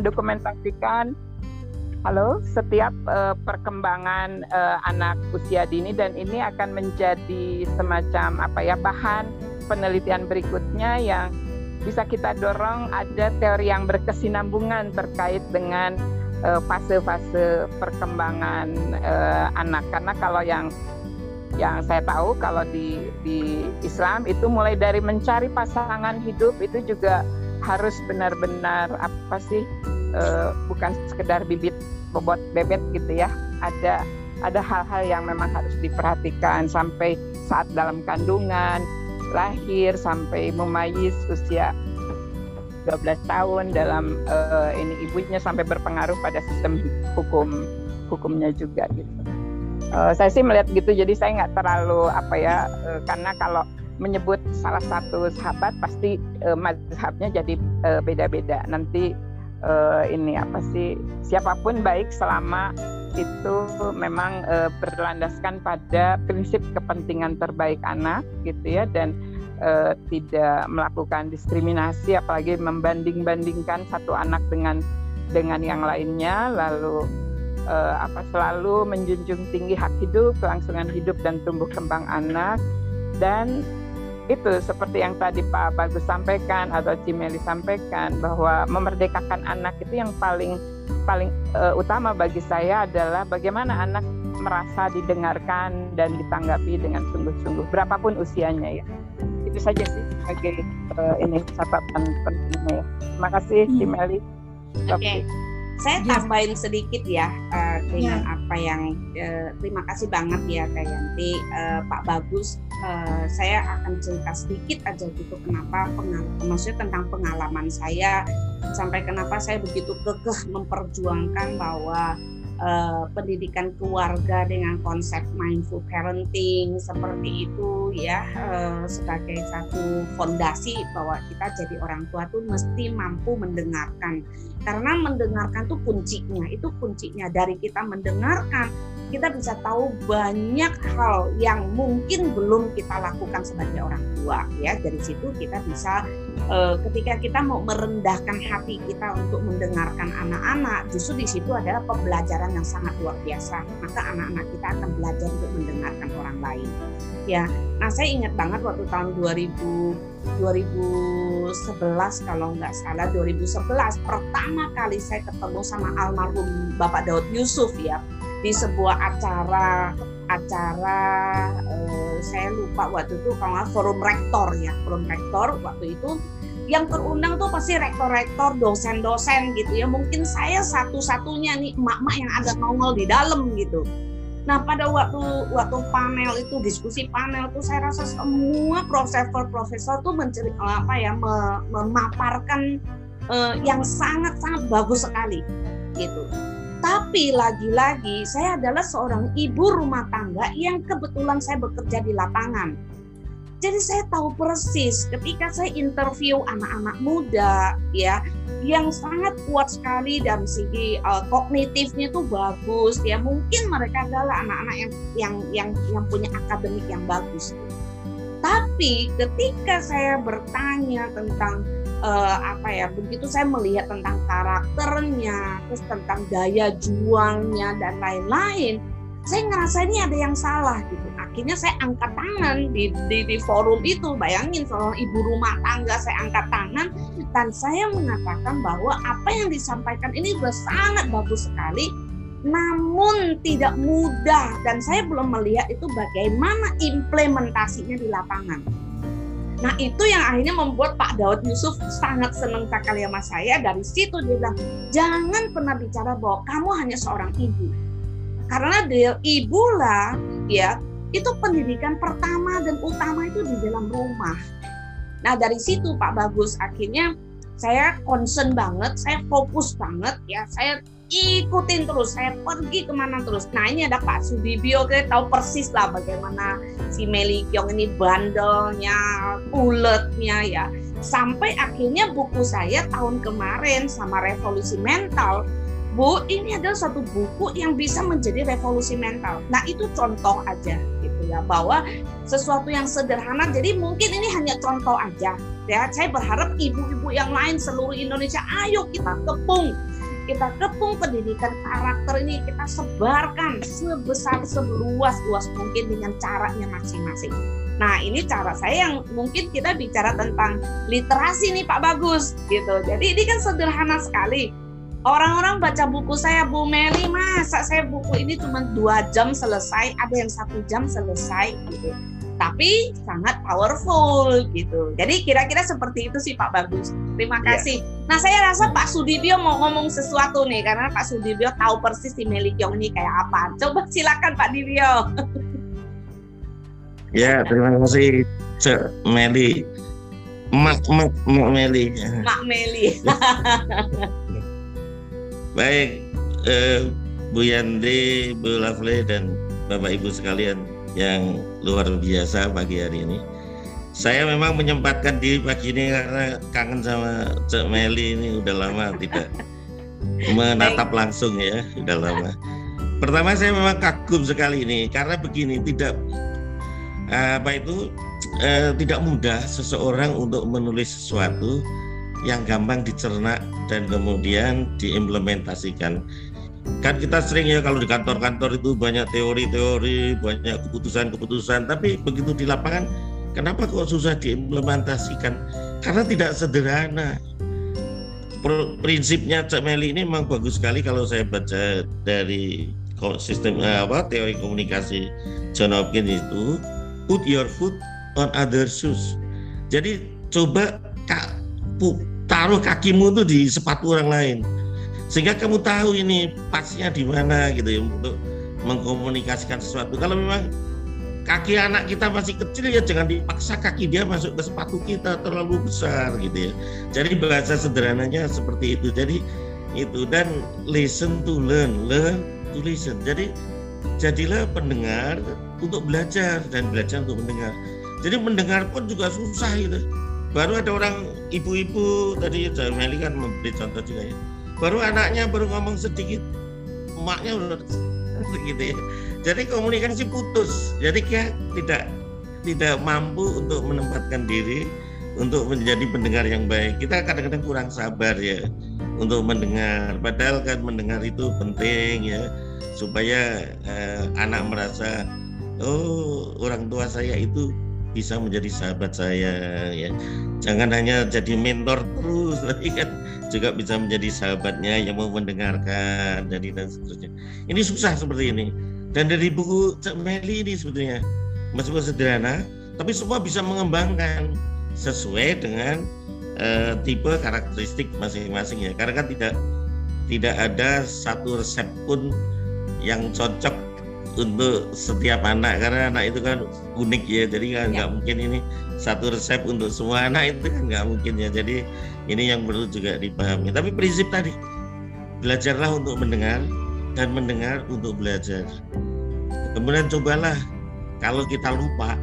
setiap perkembangan anak usia dini, dan ini akan menjadi semacam bahan penelitian berikutnya yang bisa kita dorong ada teori yang berkesinambungan terkait dengan fase-fase perkembangan anak. Karena kalau yang saya tahu kalau di Islam itu mulai dari mencari pasangan hidup itu juga harus benar-benar bukan sekedar bibit bobot bebek gitu ya. Ada hal-hal yang memang harus diperhatikan sampai saat dalam kandungan, lahir sampai mumayyiz usia 12 tahun dalam ibunya, sampai berpengaruh pada sistem hukumnya juga gitu. Saya sih melihat gitu, jadi saya nggak terlalu karena kalau menyebut salah satu sahabat pasti mazhabnya jadi beda-beda. Nanti ini apa sih, siapapun baik selama itu memang berlandaskan pada prinsip kepentingan terbaik anak gitu ya, dan tidak melakukan diskriminasi, apalagi membanding-bandingkan satu anak dengan yang lainnya, lalu selalu menjunjung tinggi hak hidup, kelangsungan hidup dan tumbuh kembang anak. Dan itu seperti yang tadi Pak Bagus sampaikan atau Cimeli sampaikan, bahwa memerdekakan anak itu yang paling utama bagi saya adalah bagaimana anak merasa didengarkan dan ditanggapi dengan sungguh-sungguh berapapun usianya ya. Itu saja sih sebagai ini catatan pentingnya ya. Terima kasih Cimeli. Oke. Saya tambahin sedikit ya dengan apa yang terima kasih banget ya Kak Yanti, Pak Bagus. Saya akan cerita sedikit aja gitu kenapa maksudnya tentang pengalaman saya sampai kenapa saya begitu kekeh memperjuangkan bahwa pendidikan keluarga dengan konsep mindful parenting seperti itu ya, sebagai satu fondasi bahwa kita jadi orang tua tuh mesti mampu mendengarkan, karena mendengarkan tuh kuncinya dari kita mendengarkan kita bisa tahu banyak hal yang mungkin belum kita lakukan sebagai orang tua ya. Dari situ kita bisa ketika kita mau merendahkan hati kita untuk mendengarkan anak-anak, justru di situ adalah pembelajaran yang sangat luar biasa. Maka anak-anak kita akan belajar untuk mendengarkan orang lain. Ya, nah saya ingat banget waktu tahun 2011 kalau nggak salah 2011 pertama kali saya ketemu sama almarhum Bapak Daud Yusuf ya di sebuah acara saya lupa waktu itu kalau forum rektor waktu itu yang terundang tuh pasti rektor-rektor, dosen-dosen gitu ya. Mungkin saya satu-satunya nih emak-emak yang ada nongol di dalam gitu. Nah pada waktu panel itu, diskusi panel tuh saya rasa semua profesor tuh memaparkan yang sangat-sangat bagus sekali gitu. Tapi lagi-lagi saya adalah seorang ibu rumah tangga yang kebetulan saya bekerja di lapangan. Jadi saya tahu persis ketika saya interview anak-anak muda ya yang sangat kuat sekali dari segi kognitifnya itu bagus ya, mungkin mereka adalah anak-anak yang punya akademik yang bagus. Tapi ketika saya bertanya tentang begitu saya melihat tentang karakternya, terus tentang daya juangnya dan lain-lain, saya ngerasa ini ada yang salah gitu. Akhirnya saya angkat tangan di forum itu. Bayangin seorang ibu rumah tangga, saya angkat tangan dan saya mengatakan bahwa apa yang disampaikan ini sudah sangat bagus sekali, namun tidak mudah dan saya belum melihat itu bagaimana implementasinya di lapangan. Nah itu yang akhirnya membuat Pak Daud Yusuf sangat senang sekali sama saya. Dari situ dia bilang, jangan pernah bicara bahwa kamu hanya seorang ibu. Karena dia ibulah ya, itu pendidikan pertama dan utama itu di dalam rumah. Nah dari situ Pak Bagus akhirnya saya concern banget, saya fokus banget ya, saya ikutin terus, saya pergi kemana terus. Nah ini ada Pak Sudibyo, kita tahu persis lah bagaimana si Meli Kyong ini bandelnya, uletnya ya. Sampai akhirnya buku saya tahun kemarin sama Revolusi Mental, Bu, ini adalah satu buku yang bisa menjadi revolusi mental. Nah itu contoh aja gitu ya, bahwa sesuatu yang sederhana, jadi mungkin ini hanya contoh aja ya. Saya berharap ibu-ibu yang lain seluruh Indonesia, ayo kita kepung pendidikan karakter ini, kita sebarkan seluas mungkin dengan caranya masing-masing. Nah ini cara saya yang mungkin kita bicara tentang literasi nih Pak Bagus gitu. Jadi ini kan sederhana sekali. Orang-orang baca buku saya, Bu Meli, masa saya buku ini cuma 2 jam selesai, ada yang 1 jam selesai gitu. Tapi sangat powerful gitu. Jadi kira-kira seperti itu sih Pak Bagus. Terima kasih. Nah saya rasa Pak Sudibyo mau ngomong sesuatu nih, karena Pak Sudibyo tahu persis si Meli Kyong ini kayak apa. Coba silakan Pak Dibyo. Ya terima kasih Cek Meli. Mak Meli. Mak Meli. Baik, Bu Yandi, Bu Lovely, dan Bapak Ibu sekalian yang luar biasa pagi hari ini. Saya memang menyempatkan diri pagi ini karena kangen sama Cek Meli, ini udah lama tidak menatap langsung ya, sudah lama. Pertama saya memang kagum sekali ini karena begini, tidak tidak mudah seseorang untuk menulis sesuatu yang gampang dicerna dan kemudian diimplementasikan. Kan kita sering ya kalau di kantor-kantor itu banyak teori-teori, banyak keputusan-keputusan, tapi begitu di lapangan kenapa kok susah diimplementasikan? Karena tidak sederhana. Prinsipnya Cak Meli ini memang bagus sekali kalau saya baca dari sistem teori komunikasi John Hopkins itu, put your foot on other shoes. Jadi coba taruh kakimu tuh di sepatu orang lain, sehingga kamu tahu ini pasnya di mana gitu ya untuk mengkomunikasikan sesuatu. Kalau memang kaki anak kita masih kecil ya jangan dipaksa kaki dia masuk ke sepatu kita terlalu besar gitu ya. Jadi bahasa sederhananya seperti itu. Jadi itu, dan listen to learn, learn to listen. Jadi jadilah pendengar untuk belajar dan belajar untuk mendengar. Jadi mendengar pun juga susah gitu. Baru ada orang ibu-ibu tadi Cak Meli kan memberi contoh juga ya. Baru anaknya baru ngomong sedikit, emaknya udah gitu ya. Jadi komunikasi putus. Jadi dia tidak mampu untuk menempatkan diri untuk menjadi pendengar yang baik. Kita kadang-kadang kurang sabar ya untuk mendengar. Padahal kan mendengar itu penting ya, supaya anak merasa oh orang tua saya itu bisa menjadi sahabat saya ya. Jangan hanya jadi mentor terus, tapi kan juga bisa menjadi sahabatnya yang mau mendengarkan dan seterusnya. Ini susah seperti ini. Dan dari buku Cak Meli ini sebetulnya meskipun sederhana, tapi semua bisa mengembangkan sesuai dengan tipe karakteristik masing-masing ya. Karena kan tidak ada satu resep pun yang cocok untuk setiap anak, karena anak itu kan unik ya, jadi nggak mungkin ini satu resep untuk semua anak, itu kan nggak mungkin ya. Jadi ini yang perlu juga dipahami. Tapi prinsip tadi, belajarlah untuk mendengar dan mendengar untuk belajar. Kemudian cobalah kalau kita lupa,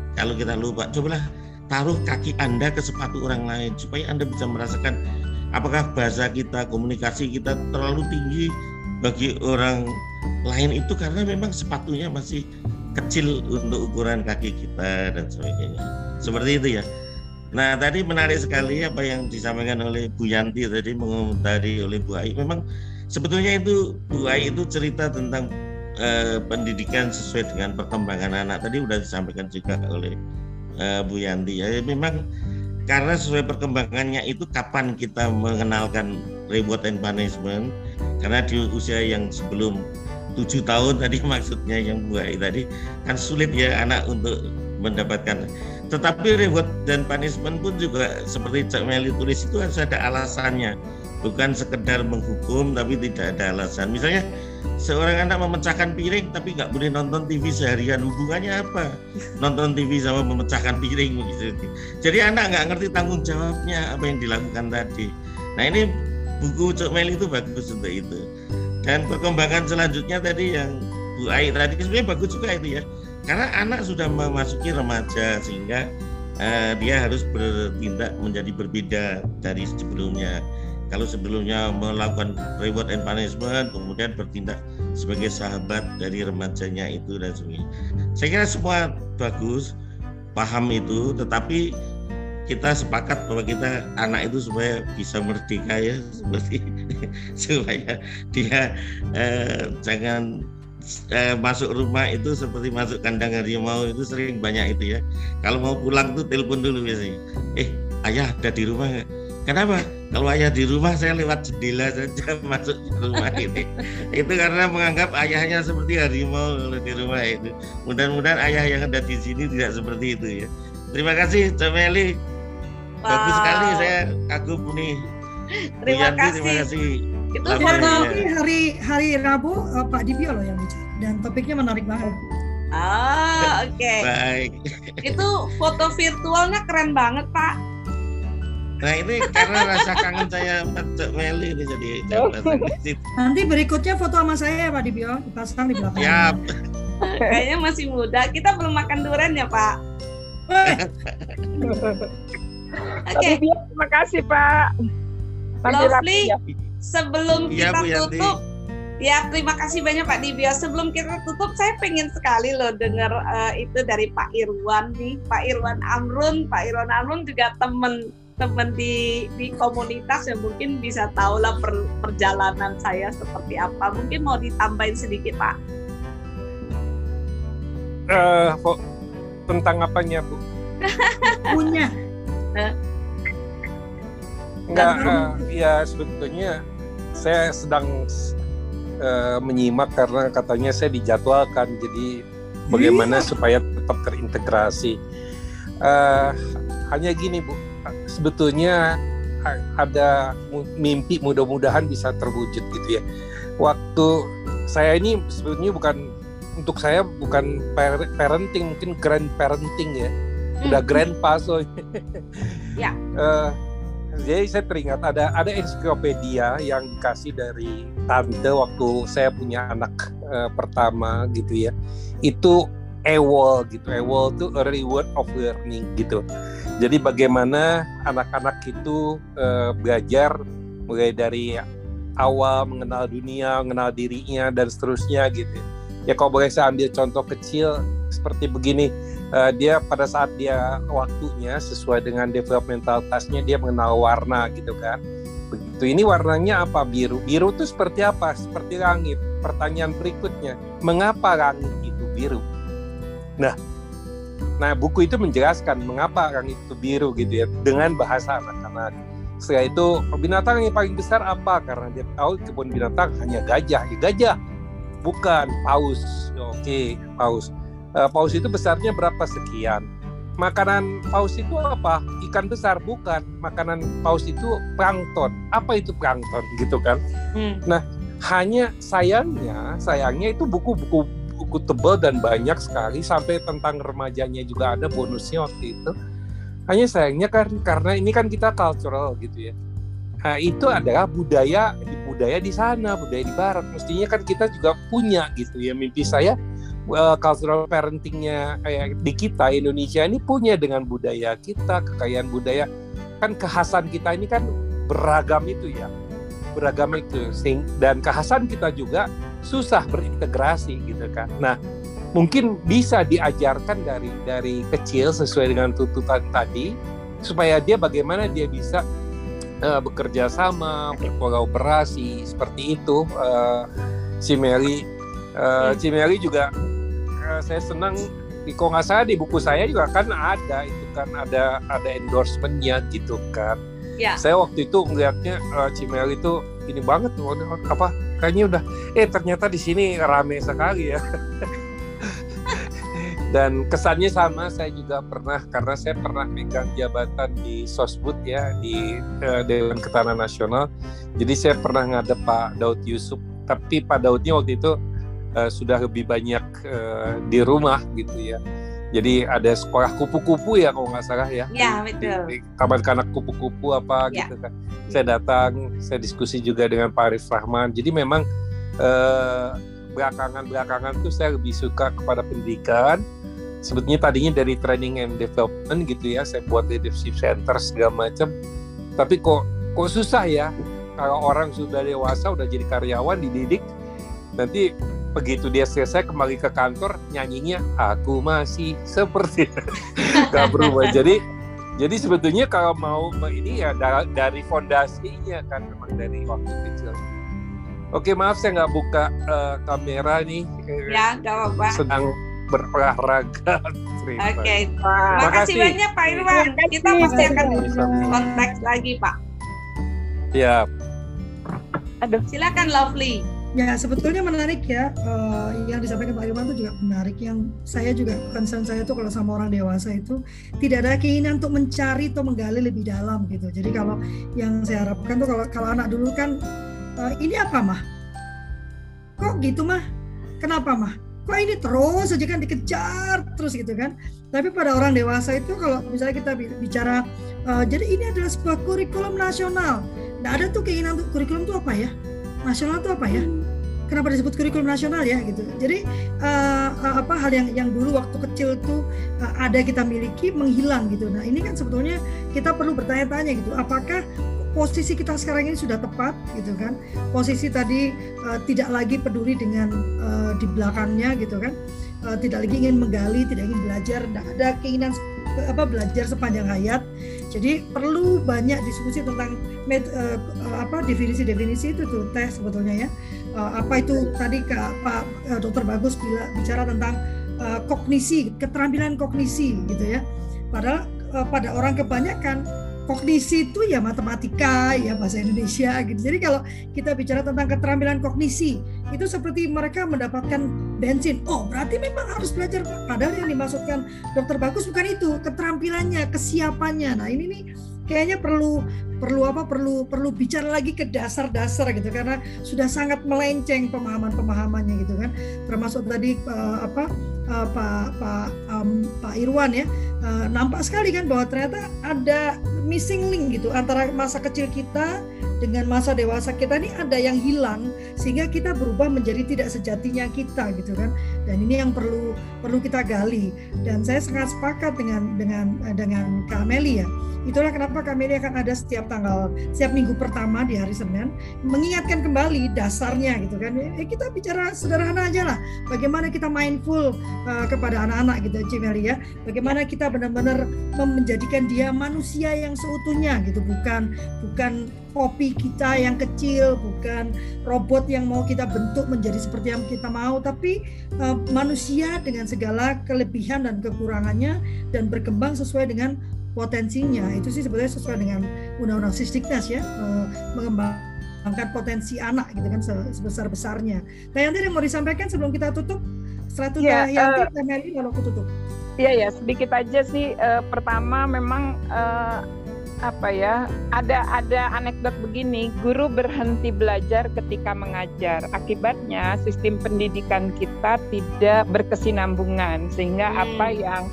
cobalah taruh kaki Anda ke sepatu orang lain supaya Anda bisa merasakan apakah bahasa kita, komunikasi kita terlalu tinggi bagi orang lain itu karena memang sepatunya masih kecil untuk ukuran kaki kita dan sebagainya. Seperti itu ya. Nah tadi menarik sekali apa yang disampaikan oleh Bu Yanti tadi, mengomentari oleh Bu Ai. Memang sebetulnya itu Bu Ai itu cerita tentang pendidikan sesuai dengan perkembangan anak. Tadi sudah disampaikan juga oleh Bu Yanti ya. Memang karena sesuai perkembangannya itu kapan kita mengenalkan reward and punishment, karena di usia yang sebelum 7 tahun tadi maksudnya yang Bu Ai tadi kan sulit ya anak untuk mendapatkan. Tetapi reward dan punishment pun juga seperti Cak Meli tulis itu harus ada alasannya, bukan sekedar menghukum tapi tidak ada alasan. Misalnya seorang anak memecahkan piring tapi nggak boleh nonton TV seharian, hubungannya apa nonton TV sama memecahkan piring begitu. Jadi anak nggak ngerti tanggung jawabnya apa yang dilakukan tadi. Nah ini buku Cak Meli itu bagus untuk itu. Dan perkembangan selanjutnya tadi yang Bu Ai tadi sebenarnya bagus juga itu ya, karena anak sudah memasuki remaja sehingga dia harus bertindak menjadi berbeda dari sebelumnya. Kalau sebelumnya melakukan reward and punishment, kemudian bertindak sebagai sahabat dari remajanya itu dan sebagainya. Saya kira semua bagus, paham itu, tetapi kita sepakat bahwa kita anak itu supaya bisa merdeka ya, seperti supaya dia jangan masuk rumah itu seperti masuk kandang harimau, itu sering banyak itu ya. Kalau mau pulang tuh telepon dulu biasanya. Ayah ada di rumah nggak? Kenapa? Kalau ayah di rumah saya lewat jendela saja masuk ke rumah ini. Itu karena menganggap ayahnya seperti harimau kalau di rumah itu. Mudah-mudahan ayah yang ada di sini tidak seperti itu ya. Terima kasih Cak Meli. Bagus sekali, saya kagum nih. Terima kasih. Itu hari Rabu Pak Dibio loh yang bicara dan topiknya menarik banget. Oke. Baik. Itu foto virtualnya keren banget Pak. Nah ini karena rasa kangen saya Cak Meli ini jadi nanti berikutnya foto sama saya ya Pak Dibio, dipasang di belakang. Siap. Kayaknya masih muda. Kita belum makan durian ya Pak. Oke. Terima kasih Pak. Lovely. Sebelum Iya, kita Bu Yanti. tutup, ya terima kasih banyak Pak Dibio. Sebelum kita tutup, saya pengen sekali loh dengar itu dari Pak Irwan nih, Pak Irwan Amrun. Pak Irwan Amrun juga teman di komunitas yang mungkin bisa tahu lah perjalanan saya seperti apa. Mungkin mau ditambahin sedikit Pak. Tentang apanya Bu? Punya. Enggak, ya sebetulnya saya sedang menyimak karena katanya saya dijadwalkan, jadi bagaimana supaya tetap terintegrasi. Hanya gini Bu, sebetulnya ada mimpi mudah-mudahan bisa terwujud gitu ya. Waktu saya ini sebetulnya untuk saya bukan parenting, mungkin grandparenting ya, udah grandpa soalnya. Ya. Jadi saya teringat ada ensiklopedia yang dikasih dari tante waktu saya punya anak pertama gitu ya. Itu EWOL gitu. EWOL itu Early World of Learning gitu. Jadi bagaimana anak-anak itu belajar mulai dari awal mengenal dunia, mengenal dirinya dan seterusnya gitu. Ya kalau boleh saya ambil contoh kecil seperti begini. Dia pada saat dia waktunya sesuai dengan developmental task-nya dia mengenal warna gitu kan. Begitu, ini warnanya apa? Biru. Biru itu seperti apa? Seperti langit. Pertanyaan berikutnya, mengapa langit itu biru? Nah buku itu menjelaskan mengapa langit itu biru gitu ya dengan bahasa anak-anak. Setelah itu binatang yang paling besar apa? Karena dia tahu kebun binatang hanya gajah. Ya, gajah, bukan paus. Oke, paus. Paus itu besarnya berapa sekian. Makanan paus itu apa? Ikan besar, bukan. Makanan paus itu plankton. Apa itu plankton gitu kan? Nah, hanya sayangnya itu buku tebal dan banyak sekali, sampai tentang remajanya juga ada bonusnya waktu itu. Hanya sayangnya kan karena ini kan kita cultural gitu ya. Nah, itu adalah budaya di sana, budaya di barat. Mestinya kan kita juga punya gitu ya. Mimpi saya cultural parentingnya kayak di kita Indonesia ini punya dengan budaya kita, kekayaan budaya kan, kekhasan kita ini kan beragam itu ya, dan kekhasan kita juga susah berintegrasi gitu kan. Nah mungkin bisa diajarkan dari kecil sesuai dengan tuntutan tadi, supaya dia bagaimana dia bisa bekerja sama, berkolaborasi seperti itu. Cimeli juga saya senang, kalau nggak salah di buku saya juga kan ada itu kan, ada endorsement-nya gitu kan. Ya. Saya waktu itu ngeliatnya Cimeli itu ini banget tuh, apa kayaknya udah ternyata di sini rame sekali ya. Dan kesannya sama, saya juga pernah, karena saya pernah megang jabatan di Sosbud ya, di Dewan Ketahanan Nasional. Jadi saya pernah ngadep Pak Daud Yusuf, tapi Pak Daudnya waktu itu sudah lebih banyak di rumah gitu ya. Jadi ada sekolah kupu-kupu ya kalau nggak salah ya. Ya betul. Di Taman Kanak Kupu-Kupu apa ya, gitu kan. Saya datang, saya diskusi juga dengan Pak Arif Rahman. Jadi memang belakangan tuh saya lebih suka kepada pendidikan. Sebetulnya tadinya dari training and development gitu ya. Saya buat leadership center segala macam. Tapi kok susah ya. Kalau orang sudah dewasa, udah jadi karyawan, dididik, nanti begitu dia selesai kembali ke kantor nyanyinya aku masih seperti gak berubah. Jadi sebetulnya kalau mau ini ya dari fondasinya kan, memang dari waktu kecil. Oke, maaf saya nggak buka kamera nih. Ya nggak apa-apa. Sedang berolahraga. Oke, terima kasih banyak Pak Irwan. Kita pasti akan kontak lagi Pak. Ya. Aduh, silakan Lovely. Ya, sebetulnya menarik ya, yang disampaikan Pak Irwan itu juga menarik. Yang saya juga, concern saya tuh kalau sama orang dewasa itu tidak ada keinginan untuk mencari atau menggali lebih dalam gitu. Jadi kalau yang saya harapkan tuh kalau anak dulu kan, ini apa mah? Kok gitu mah? Kenapa mah? Kok ini terus aja kan dikejar terus gitu kan? Tapi pada orang dewasa itu kalau misalnya kita bicara, jadi ini adalah sebuah kurikulum nasional. Nah ada tuh keinginan untuk kurikulum itu apa ya? Nasional itu apa ya? Kenapa disebut kurikulum nasional ya gitu? Jadi hal yang dulu waktu kecil tuh ada kita miliki menghilang gitu. Nah ini kan sebetulnya kita perlu bertanya-tanya gitu. Apakah posisi kita sekarang ini sudah tepat gitu kan. Posisi tadi tidak lagi peduli dengan di belakangnya gitu kan. Tidak lagi ingin menggali, tidak ingin belajar, tidak ada keinginan belajar sepanjang hayat. Jadi perlu banyak diskusi tentang definisi-definisi itu tuh Teh sebetulnya ya. Apa itu tadi Pak Dr. Bagus bicara tentang kognisi, keterampilan kognisi gitu ya. Padahal pada orang kebanyakan kognisi itu ya matematika, ya bahasa Indonesia gitu. Jadi kalau kita bicara tentang keterampilan kognisi, itu seperti mereka mendapatkan bensin. Oh, berarti memang harus belajar. Padahal yang dimaksudkan Dokter Bagus bukan itu, keterampilannya, kesiapannya. Nah, ini nih kayaknya perlu bicara lagi ke dasar-dasar gitu, karena sudah sangat melenceng pemahamannya gitu kan. Termasuk tadi Pak Irwan ya, nampak sekali kan bahwa ternyata ada missing link gitu antara masa kecil kita dengan masa dewasa kita, ini ada yang hilang sehingga kita berubah menjadi tidak sejatinya kita gitu kan. Dan ini yang perlu kita gali. Dan saya sangat sepakat dengan Kak Meli ya. Itulah kenapa Kak Meli akan ada setiap minggu pertama di hari Senin, mengingatkan kembali dasarnya gitu kan. Kita bicara sederhana aja lah, bagaimana kita mindful kepada anak-anak gitu Cimeli ya. Bagaimana kita benar-benar menjadikan dia manusia yang seutuhnya gitu, bukan kopi kita yang kecil, bukan robot yang mau kita bentuk menjadi seperti yang kita mau, tapi manusia dengan segala kelebihan dan kekurangannya dan berkembang sesuai dengan potensinya. Itu sih sebetulnya sesuai dengan Undang-Undang Sisdiknas ya, mengembangkan potensi anak gitu kan sebesar-besarnya. Teh Yanti yang mau disampaikan sebelum kita tutup? Setelah itu Teh Yanti, Teh Meli lalu aku tutup. Iya ya, sedikit aja sih. Pertama memang ada anekdot begini, guru berhenti belajar ketika mengajar. Akibatnya sistem pendidikan kita tidak berkesinambungan, sehingga apa yang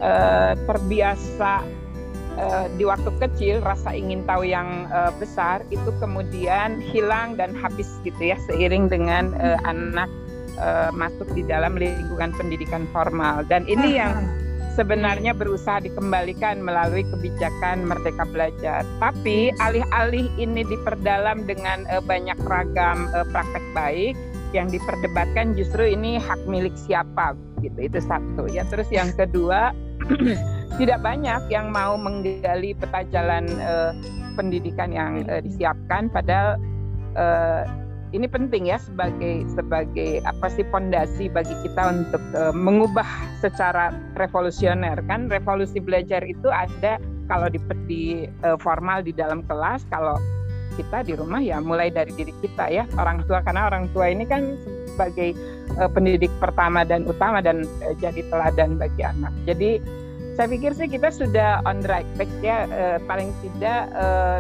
terbiasa di waktu kecil, rasa ingin tahu yang besar itu kemudian hilang dan habis gitu ya, seiring dengan anak masuk di dalam lingkungan pendidikan formal. Dan ini yang sebenarnya berusaha dikembalikan melalui kebijakan Merdeka Belajar. Tapi alih-alih ini diperdalam dengan banyak ragam praktek baik, yang diperdebatkan justru ini hak milik siapa gitu. Itu satu ya. Terus yang kedua, tidak banyak yang mau menggali peta jalan pendidikan yang disiapkan, padahal ini penting ya sebagai fondasi bagi kita untuk mengubah secara revolusioner kan. Revolusi belajar itu ada kalau di formal di dalam kelas, kalau kita di rumah ya mulai dari diri kita ya, orang tua, karena orang tua ini kan sebagai pendidik pertama dan utama dan jadi teladan bagi anak. Jadi saya pikir sih kita sudah on the right track ya, paling tidak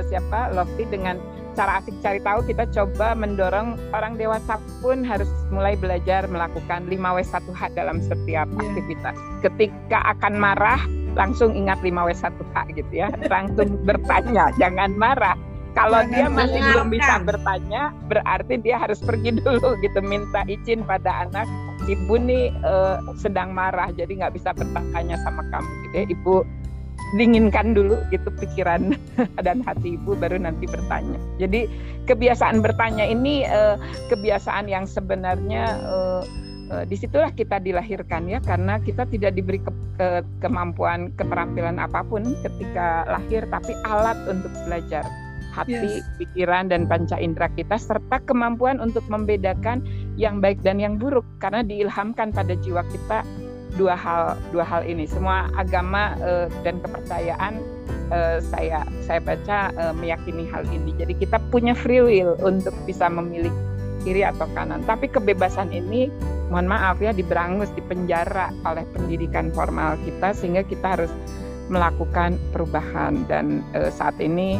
Lofty dengan cara asik cari tahu kita coba mendorong orang dewasa pun harus mulai belajar melakukan 5W1H dalam setiap aktivitas. Ketika akan marah langsung ingat 5W1H gitu ya, langsung bertanya, jangan marah. Kalau dia masih belum bisa bertanya, berarti dia harus pergi dulu gitu, minta izin pada anak. Ibu nih sedang marah, jadi nggak bisa bertanya sama kamu gitu ya. Ibu dinginkan dulu gitu pikiran dan hati ibu, baru nanti bertanya. Jadi kebiasaan bertanya ini kebiasaan yang sebenarnya disitulah kita dilahirkan ya, karena kita tidak diberi kemampuan keterampilan apapun ketika lahir, tapi alat untuk belajar. Hati, pikiran, dan panca indera kita, serta kemampuan untuk membedakan yang baik dan yang buruk, karena diilhamkan pada jiwa kita dua hal ini. Semua agama dan kepercayaan saya baca meyakini hal ini. Jadi kita punya free will untuk bisa memilih kiri atau kanan. Tapi kebebasan ini, mohon maaf ya, diberangus, dipenjara oleh pendidikan formal kita, sehingga kita harus melakukan perubahan. Dan saat ini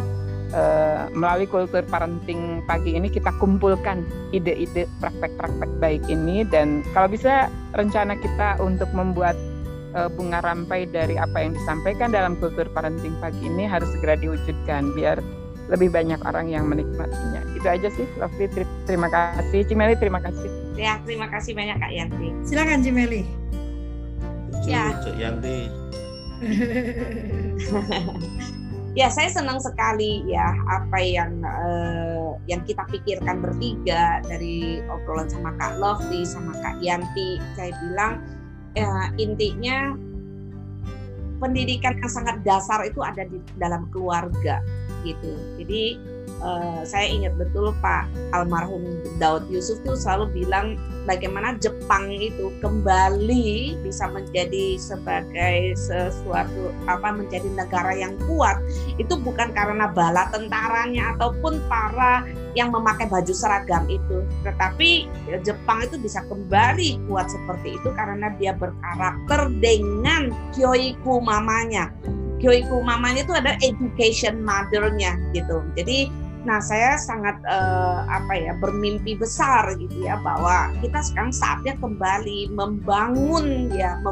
melalui kultur parenting pagi ini kita kumpulkan ide-ide praktek-praktek baik ini, dan kalau bisa rencana kita untuk membuat bunga rampai dari apa yang disampaikan dalam kultur parenting pagi ini harus segera diwujudkan biar lebih banyak orang yang menikmatinya. Itu aja sih, Lofty. Terima kasih. Cimeli, terima kasih. Ya, terima kasih banyak Kak Yanti. Silakan Cimeli. Ya, Cuk Yanti. Ya, saya senang sekali ya apa yang kita pikirkan bertiga dari obrolan sama Kak Lovely sama Kak Yanti. Saya bilang ya, intinya pendidikan yang sangat dasar itu ada di dalam keluarga gitu. Jadi saya ingat betul Pak almarhum Daud Yusuf tuh selalu bilang bagaimana Jepang itu kembali bisa menjadi sebagai sesuatu menjadi negara yang kuat itu bukan karena bala tentaranya ataupun para yang memakai baju seragam itu, tetapi Jepang itu bisa kembali kuat seperti itu karena dia berkarakter dengan Kyoiku mamanya. Kyoiku mamanya itu ada education mother-nya gitu. Jadi saya sangat bermimpi besar gitu ya bahwa kita sekarang saatnya kembali membangun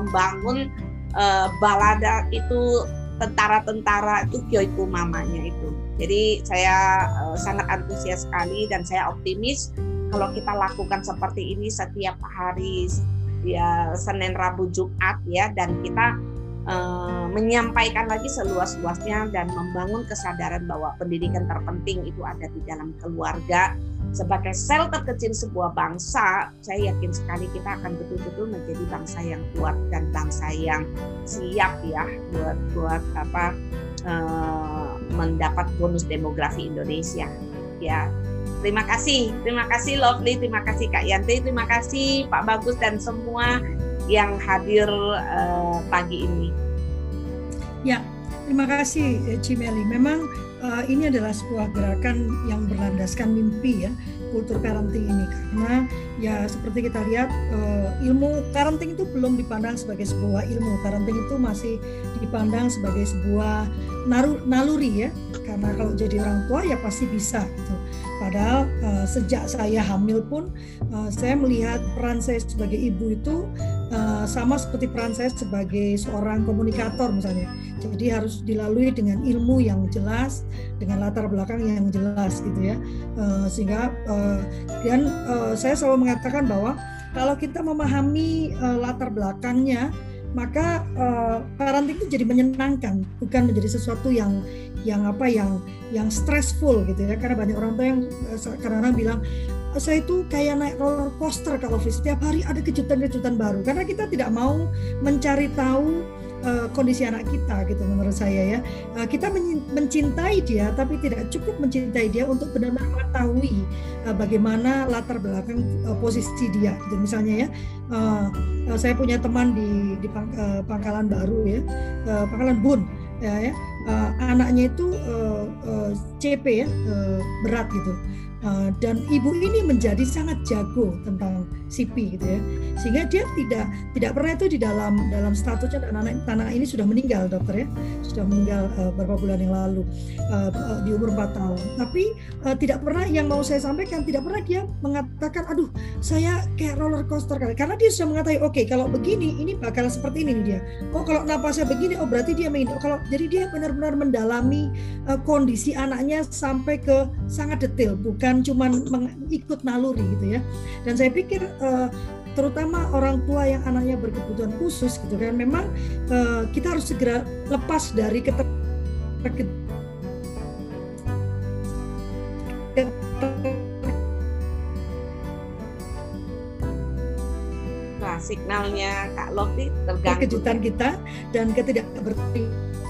balada itu tentara-tentara itu Kyoiku mamanya itu. Jadi saya sangat antusias sekali dan saya optimis kalau kita lakukan seperti ini setiap hari ya Senin, Rabu, Jumat ya, dan kita menyampaikan lagi seluas-luasnya dan membangun kesadaran bahwa pendidikan terpenting itu ada di dalam keluarga. Sebagai sel terkecil sebuah bangsa, saya yakin sekali kita akan betul-betul menjadi bangsa yang kuat dan bangsa yang siap ya buat mendapat bonus demografi Indonesia ya. Terima kasih Lovely, terima kasih Kak Yanti, terima kasih Pak Bagus dan semua yang hadir pagi ini. Ya, terima kasih Cimeli. Memang ini adalah sebuah gerakan yang berlandaskan mimpi ya, kultur parenting ini, karena ya seperti kita lihat ilmu parenting itu belum dipandang sebagai sebuah ilmu. Parenting itu masih dipandang sebagai sebuah naluri ya, karena kalau jadi orang tua ya pasti bisa gitu. Padahal sejak saya hamil pun saya melihat peran saya sebagai ibu itu sama seperti peran saya sebagai seorang komunikator misalnya. Jadi harus dilalui dengan ilmu yang jelas, dengan latar belakang yang jelas gitu ya. Sehingga dan saya selalu mengatakan bahwa kalau kita memahami latar belakangnya, maka parenting itu jadi menyenangkan, bukan menjadi sesuatu yang stressful gitu ya. Karena banyak orang tua yang kadang-kadang bilang saya itu kayak naik roller coaster kalau setiap hari ada kejutan-kejutan baru, karena kita tidak mau mencari tahu kondisi anak kita gitu. Menurut saya ya, kita mencintai dia tapi tidak cukup mencintai dia untuk benar-benar mengetahui bagaimana latar belakang posisi dia gitu. Misalnya ya, saya punya teman di Pangkalan Baru ya, Pangkalan Bun ya, anaknya itu CP ya, berat gitu. Dan ibu ini menjadi sangat jago tentang CP gitu ya, sehingga dia tidak pernah itu di dalam statusnya, dan anak ini sudah meninggal dokter ya, sudah meninggal beberapa bulan yang lalu di umur 4 tahun. Tapi tidak pernah, yang mau saya sampaikan, tidak pernah dia mengatakan aduh saya kayak roller coaster kali, karena dia sudah mengetahui oke, kalau begini ini bakal seperti ini nih dia. Oh kalau napasnya begini, oh berarti dia main. Kalau jadi dia benar-benar mendalami kondisi anaknya sampai ke sangat detail, bukan cuman mengikut naluri gitu ya. Dan saya pikir terutama orang tua yang anaknya berkebutuhan khusus gitu kan, memang kita harus segera lepas dari signalnya Kak Lovely terganggu. Kejutan kita dan ketidakberhentian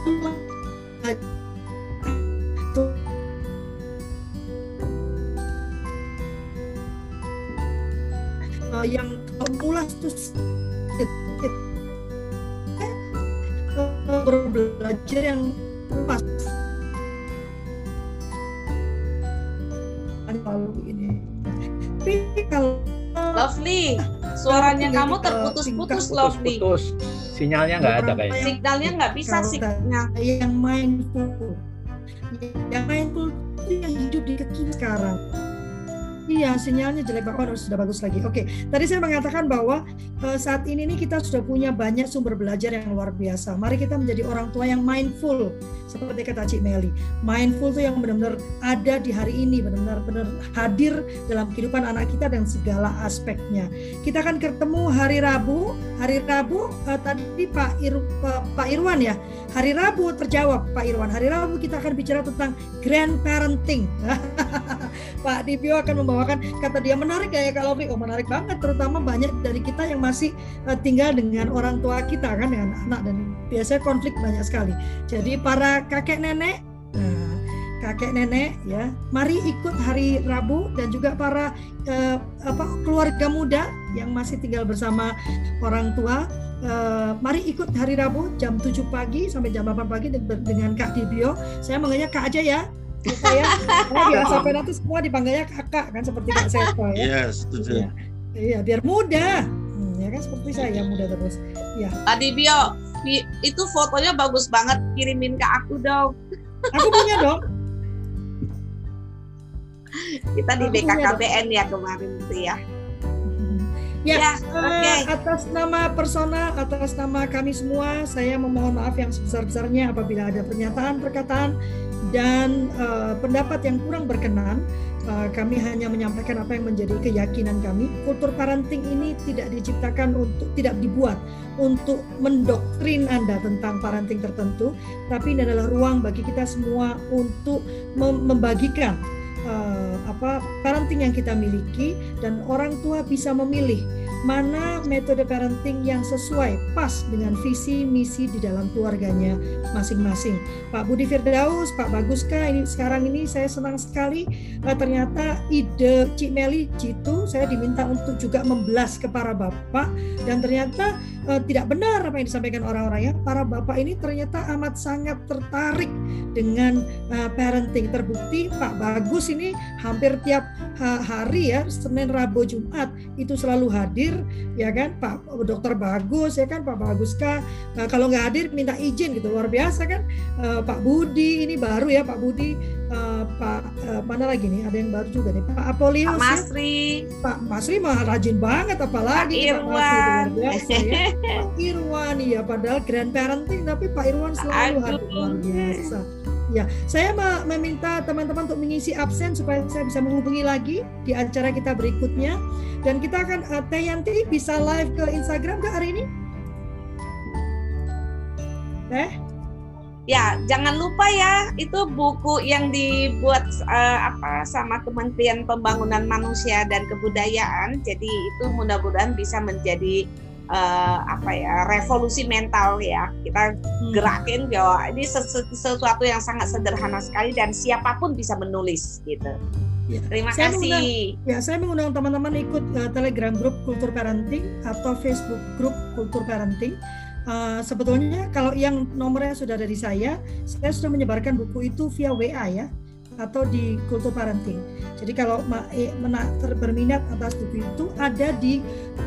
yang ulas terus belajar yang pas lalu ini. Tapi kalau Lovely, suaranya kamu terputus-putus Lovely. Putus, sinyalnya nggak ada kayaknya. Signalnya nggak bisa signal. Yang mindful itu yang hidup di kekinian sekarang. Iya, sinyalnya jelek banget. Sudah bagus lagi. Oke, tadi saya mengatakan bahwa saat ini nih kita sudah punya banyak sumber belajar yang luar biasa. Mari kita menjadi orang tua yang mindful, seperti kata Cik Meli. Mindful itu yang benar-benar ada di hari ini, benar-benar hadir dalam kehidupan anak kita dan segala aspeknya. Kita akan ketemu hari Rabu. Hari Rabu tadi Pak Irwan ya. Hari Rabu terjawab Pak Irwan. Hari Rabu kita akan bicara tentang grandparenting. Pak Dibio akan membawakan, kata dia menarik ya Kak Lovely. Oh, menarik banget, terutama banyak dari kita yang masih tinggal dengan orang tua kita kan, dengan anak, dan biasanya konflik banyak sekali. Jadi para kakek nenek ya, mari ikut hari Rabu, dan juga para keluarga muda yang masih tinggal bersama orang tua, mari ikut hari Rabu jam 7 pagi sampai jam 8 pagi dengan Kak Dibio. Saya manggilnya Kak aja ya. Supaya biar sampai nanti semua dipanggilnya kakak kan, seperti Kak Seto ya. Iya, setuju. Iya, biar muda. Ya kan, seperti saya muda terus. Ya. Pak Dibio, itu fotonya bagus banget, kirimin ke aku dong. Aku punya dong. Kita di BKKBN ya kemarin itu ya. Ya, atas nama personal, atas nama kami semua, saya memohon maaf yang sebesar-besarnya apabila ada pernyataan, perkataan, dan pendapat yang kurang berkenan. Kami hanya menyampaikan apa yang menjadi keyakinan kami. Kultur parenting ini tidak dibuat untuk mendoktrin Anda tentang parenting tertentu, tapi ini adalah ruang bagi kita semua untuk membagikan parenting yang kita miliki, dan orang tua bisa memilih mana metode parenting yang sesuai, pas dengan visi misi di dalam keluarganya masing-masing. Pak Budi Firdaus, Pak Baguska, sekarang ini saya senang sekali ternyata ide Cik Meli Jitu, saya diminta untuk juga membelas ke para bapak, dan ternyata tidak benar apa yang disampaikan orang-orang ya. Para bapak ini ternyata amat sangat tertarik dengan parenting. Terbukti Pak Bagus ini hampir tiap hari ya, Senin, Rabu, Jumat itu selalu hadir ya kan. Pak Dokter Bagus ya kan, Pak Baguska kalau nggak hadir minta izin gitu, luar biasa kan. Pak Budi ini baru ya, Pak Budi, mana lagi nih, ada yang baru juga nih, Pak Apolius, Pak Masri, ya. Pak Masri mah rajin banget, apalagi Pak Irwan, luar biasa ya. Pak Irwan ya, padahal grandparenting tapi Pak Irwan selalu hadir, luar biasa. Ya, saya meminta teman-teman untuk mengisi absen supaya saya bisa menghubungi lagi di acara kita berikutnya. Dan kita akan, Teh Yanti bisa live ke Instagram nggak hari ini? Teh? Ya, jangan lupa ya, itu buku yang dibuat sama Kementerian Pembangunan Manusia dan Kebudayaan. Jadi itu mudah-mudahan bisa menjadi revolusi mental ya. Kita gerakin bahwa ini sesuatu yang sangat sederhana sekali dan siapapun bisa menulis gitu. Ya. Terima kasih. Saya mengundang teman-teman ikut Telegram grup Kultur Parenting atau Facebook grup Kultur Parenting. Sebetulnya kalau yang nomornya sudah dari saya sudah menyebarkan buku itu via WA ya, atau di Kultur Parenting. Jadi kalau berminat atas buku itu ada di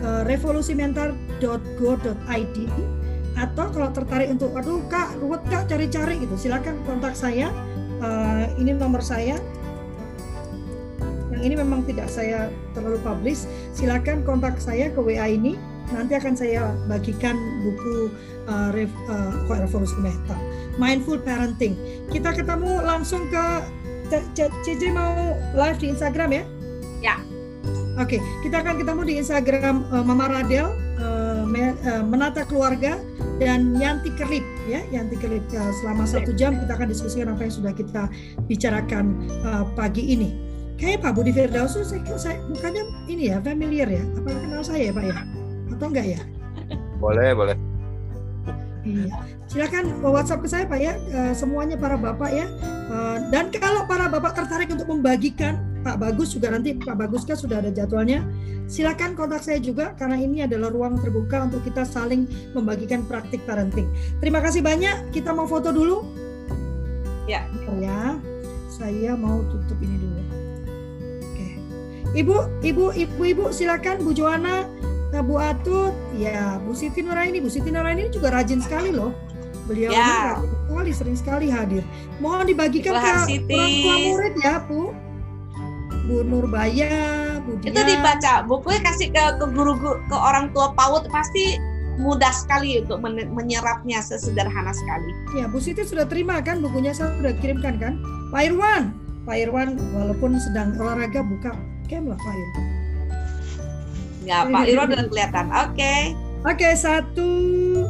revolusimental.go.id, atau kalau tertarik untuk aduh Kak, ruwet Kak cari-cari gitu, silakan kontak saya. Ini nomor saya. Yang ini memang tidak saya terlalu publish. Silakan kontak saya ke WA ini. Nanti akan saya bagikan buku Revolusi Mental, Mindful Parenting. Kita ketemu langsung ke Cici mau live di Instagram ya? Ya. Oke, kita akan ketemu di Instagram Mama Radel, Menata Keluarga, dan Yanti Kerlip ya, Yanti Kerlip. Selama 1 jam kita akan diskusikan apa yang sudah kita bicarakan pagi ini. Kayak Pak Budi Firdaus, saya bukannya ini ya, familiar ya? Apa kenal saya ya Pak ya? Atau enggak ya? Boleh. Iya. Silakan WhatsApp ke saya Pak ya, semuanya para bapak ya. Dan kalau para bapak tertarik untuk membagikan, Pak Bagus juga nanti, Pak Bagus kan sudah ada jadwalnya. Silakan kontak saya juga, karena ini adalah ruang terbuka untuk kita saling membagikan praktik parenting. Terima kasih banyak. Kita mau foto dulu. Ya. Ya. Saya mau tutup ini dulu. Oke. Ibu silakan, Bu Joana, Bu Atut, ya Bu Siti Nuraini. Bu Siti Nuraini juga rajin sekali loh. Beliau ya. Sering sekali hadir. Mohon dibagikan ke orang tua murid ya, Bu. Bu Nurbaya, Bu Dia. Itu dibaca, bukunya kasih ke guru, ke orang tua PAUD, pasti mudah sekali untuk menyerapnya, sesederhana sekali. Ya, Bu Siti sudah terima kan bukunya, saya sudah kirimkan kan? Pak Irwan walaupun sedang olahraga buka cam lah Pak Irwan. Ya, Pak Irwan udah kelihatan. Oke, 1,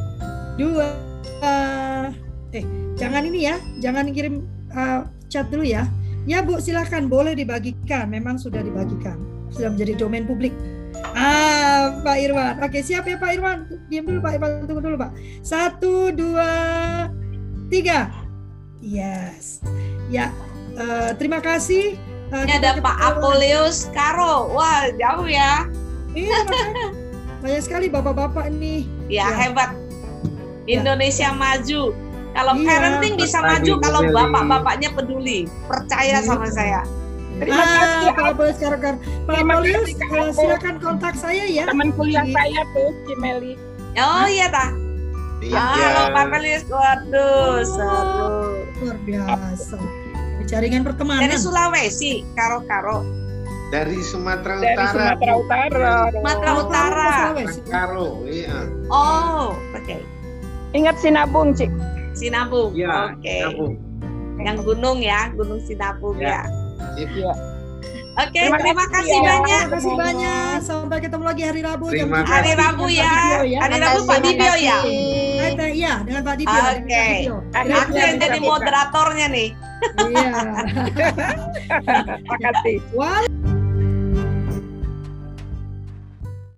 2. Jangan ini ya, jangan kirim chat dulu ya. Ya Bu, silakan, boleh dibagikan. Memang sudah dibagikan, sudah menjadi domain publik. Pak Irwan. Oke, siap ya Pak Irwan. Diam dulu Pak Irwan, tunggu dulu Pak. 1, 2, 3. Yes. Ya, terima kasih. Ini ada Pak Apoleus Karo. Wah, jauh ya. Iya, banyak sekali bapak-bapak ini. Ya, hebat. Indonesia maju. Kalau parenting bisa maju kalau bapak-bapaknya peduli, percaya sama saya. Terima kasih Pak Apoleus Karo. Pak Apoleus, silakan kontak saya ya. Teman kuliah saya tuh, Cimeli. Oh iya tah. Halo Pak Apoleus, waduh, seru. Luar biasa. Jaringan pertemanan. Dari Sulawesi, Karo. Dari Sumatera Dari Utara. Sumatera Utara. Karo, iya. Oh, oke. Ingat Sinabung, Cik. Sinabung. Ya, Oke. Sinabung. Yang gunung ya, Gunung Sinabung ya. Iya. Oke, terima kasih ya. banyak. Terima kasih banyak. Sampai ketemu lagi hari Rabu. Terima kasih. Hari Rabu ya. Hari Rabu Pak Dibio ya. Iya, dengan Pak Dibio. Oke. Aku yang jadi moderatornya nih. Iya. Terima kasih.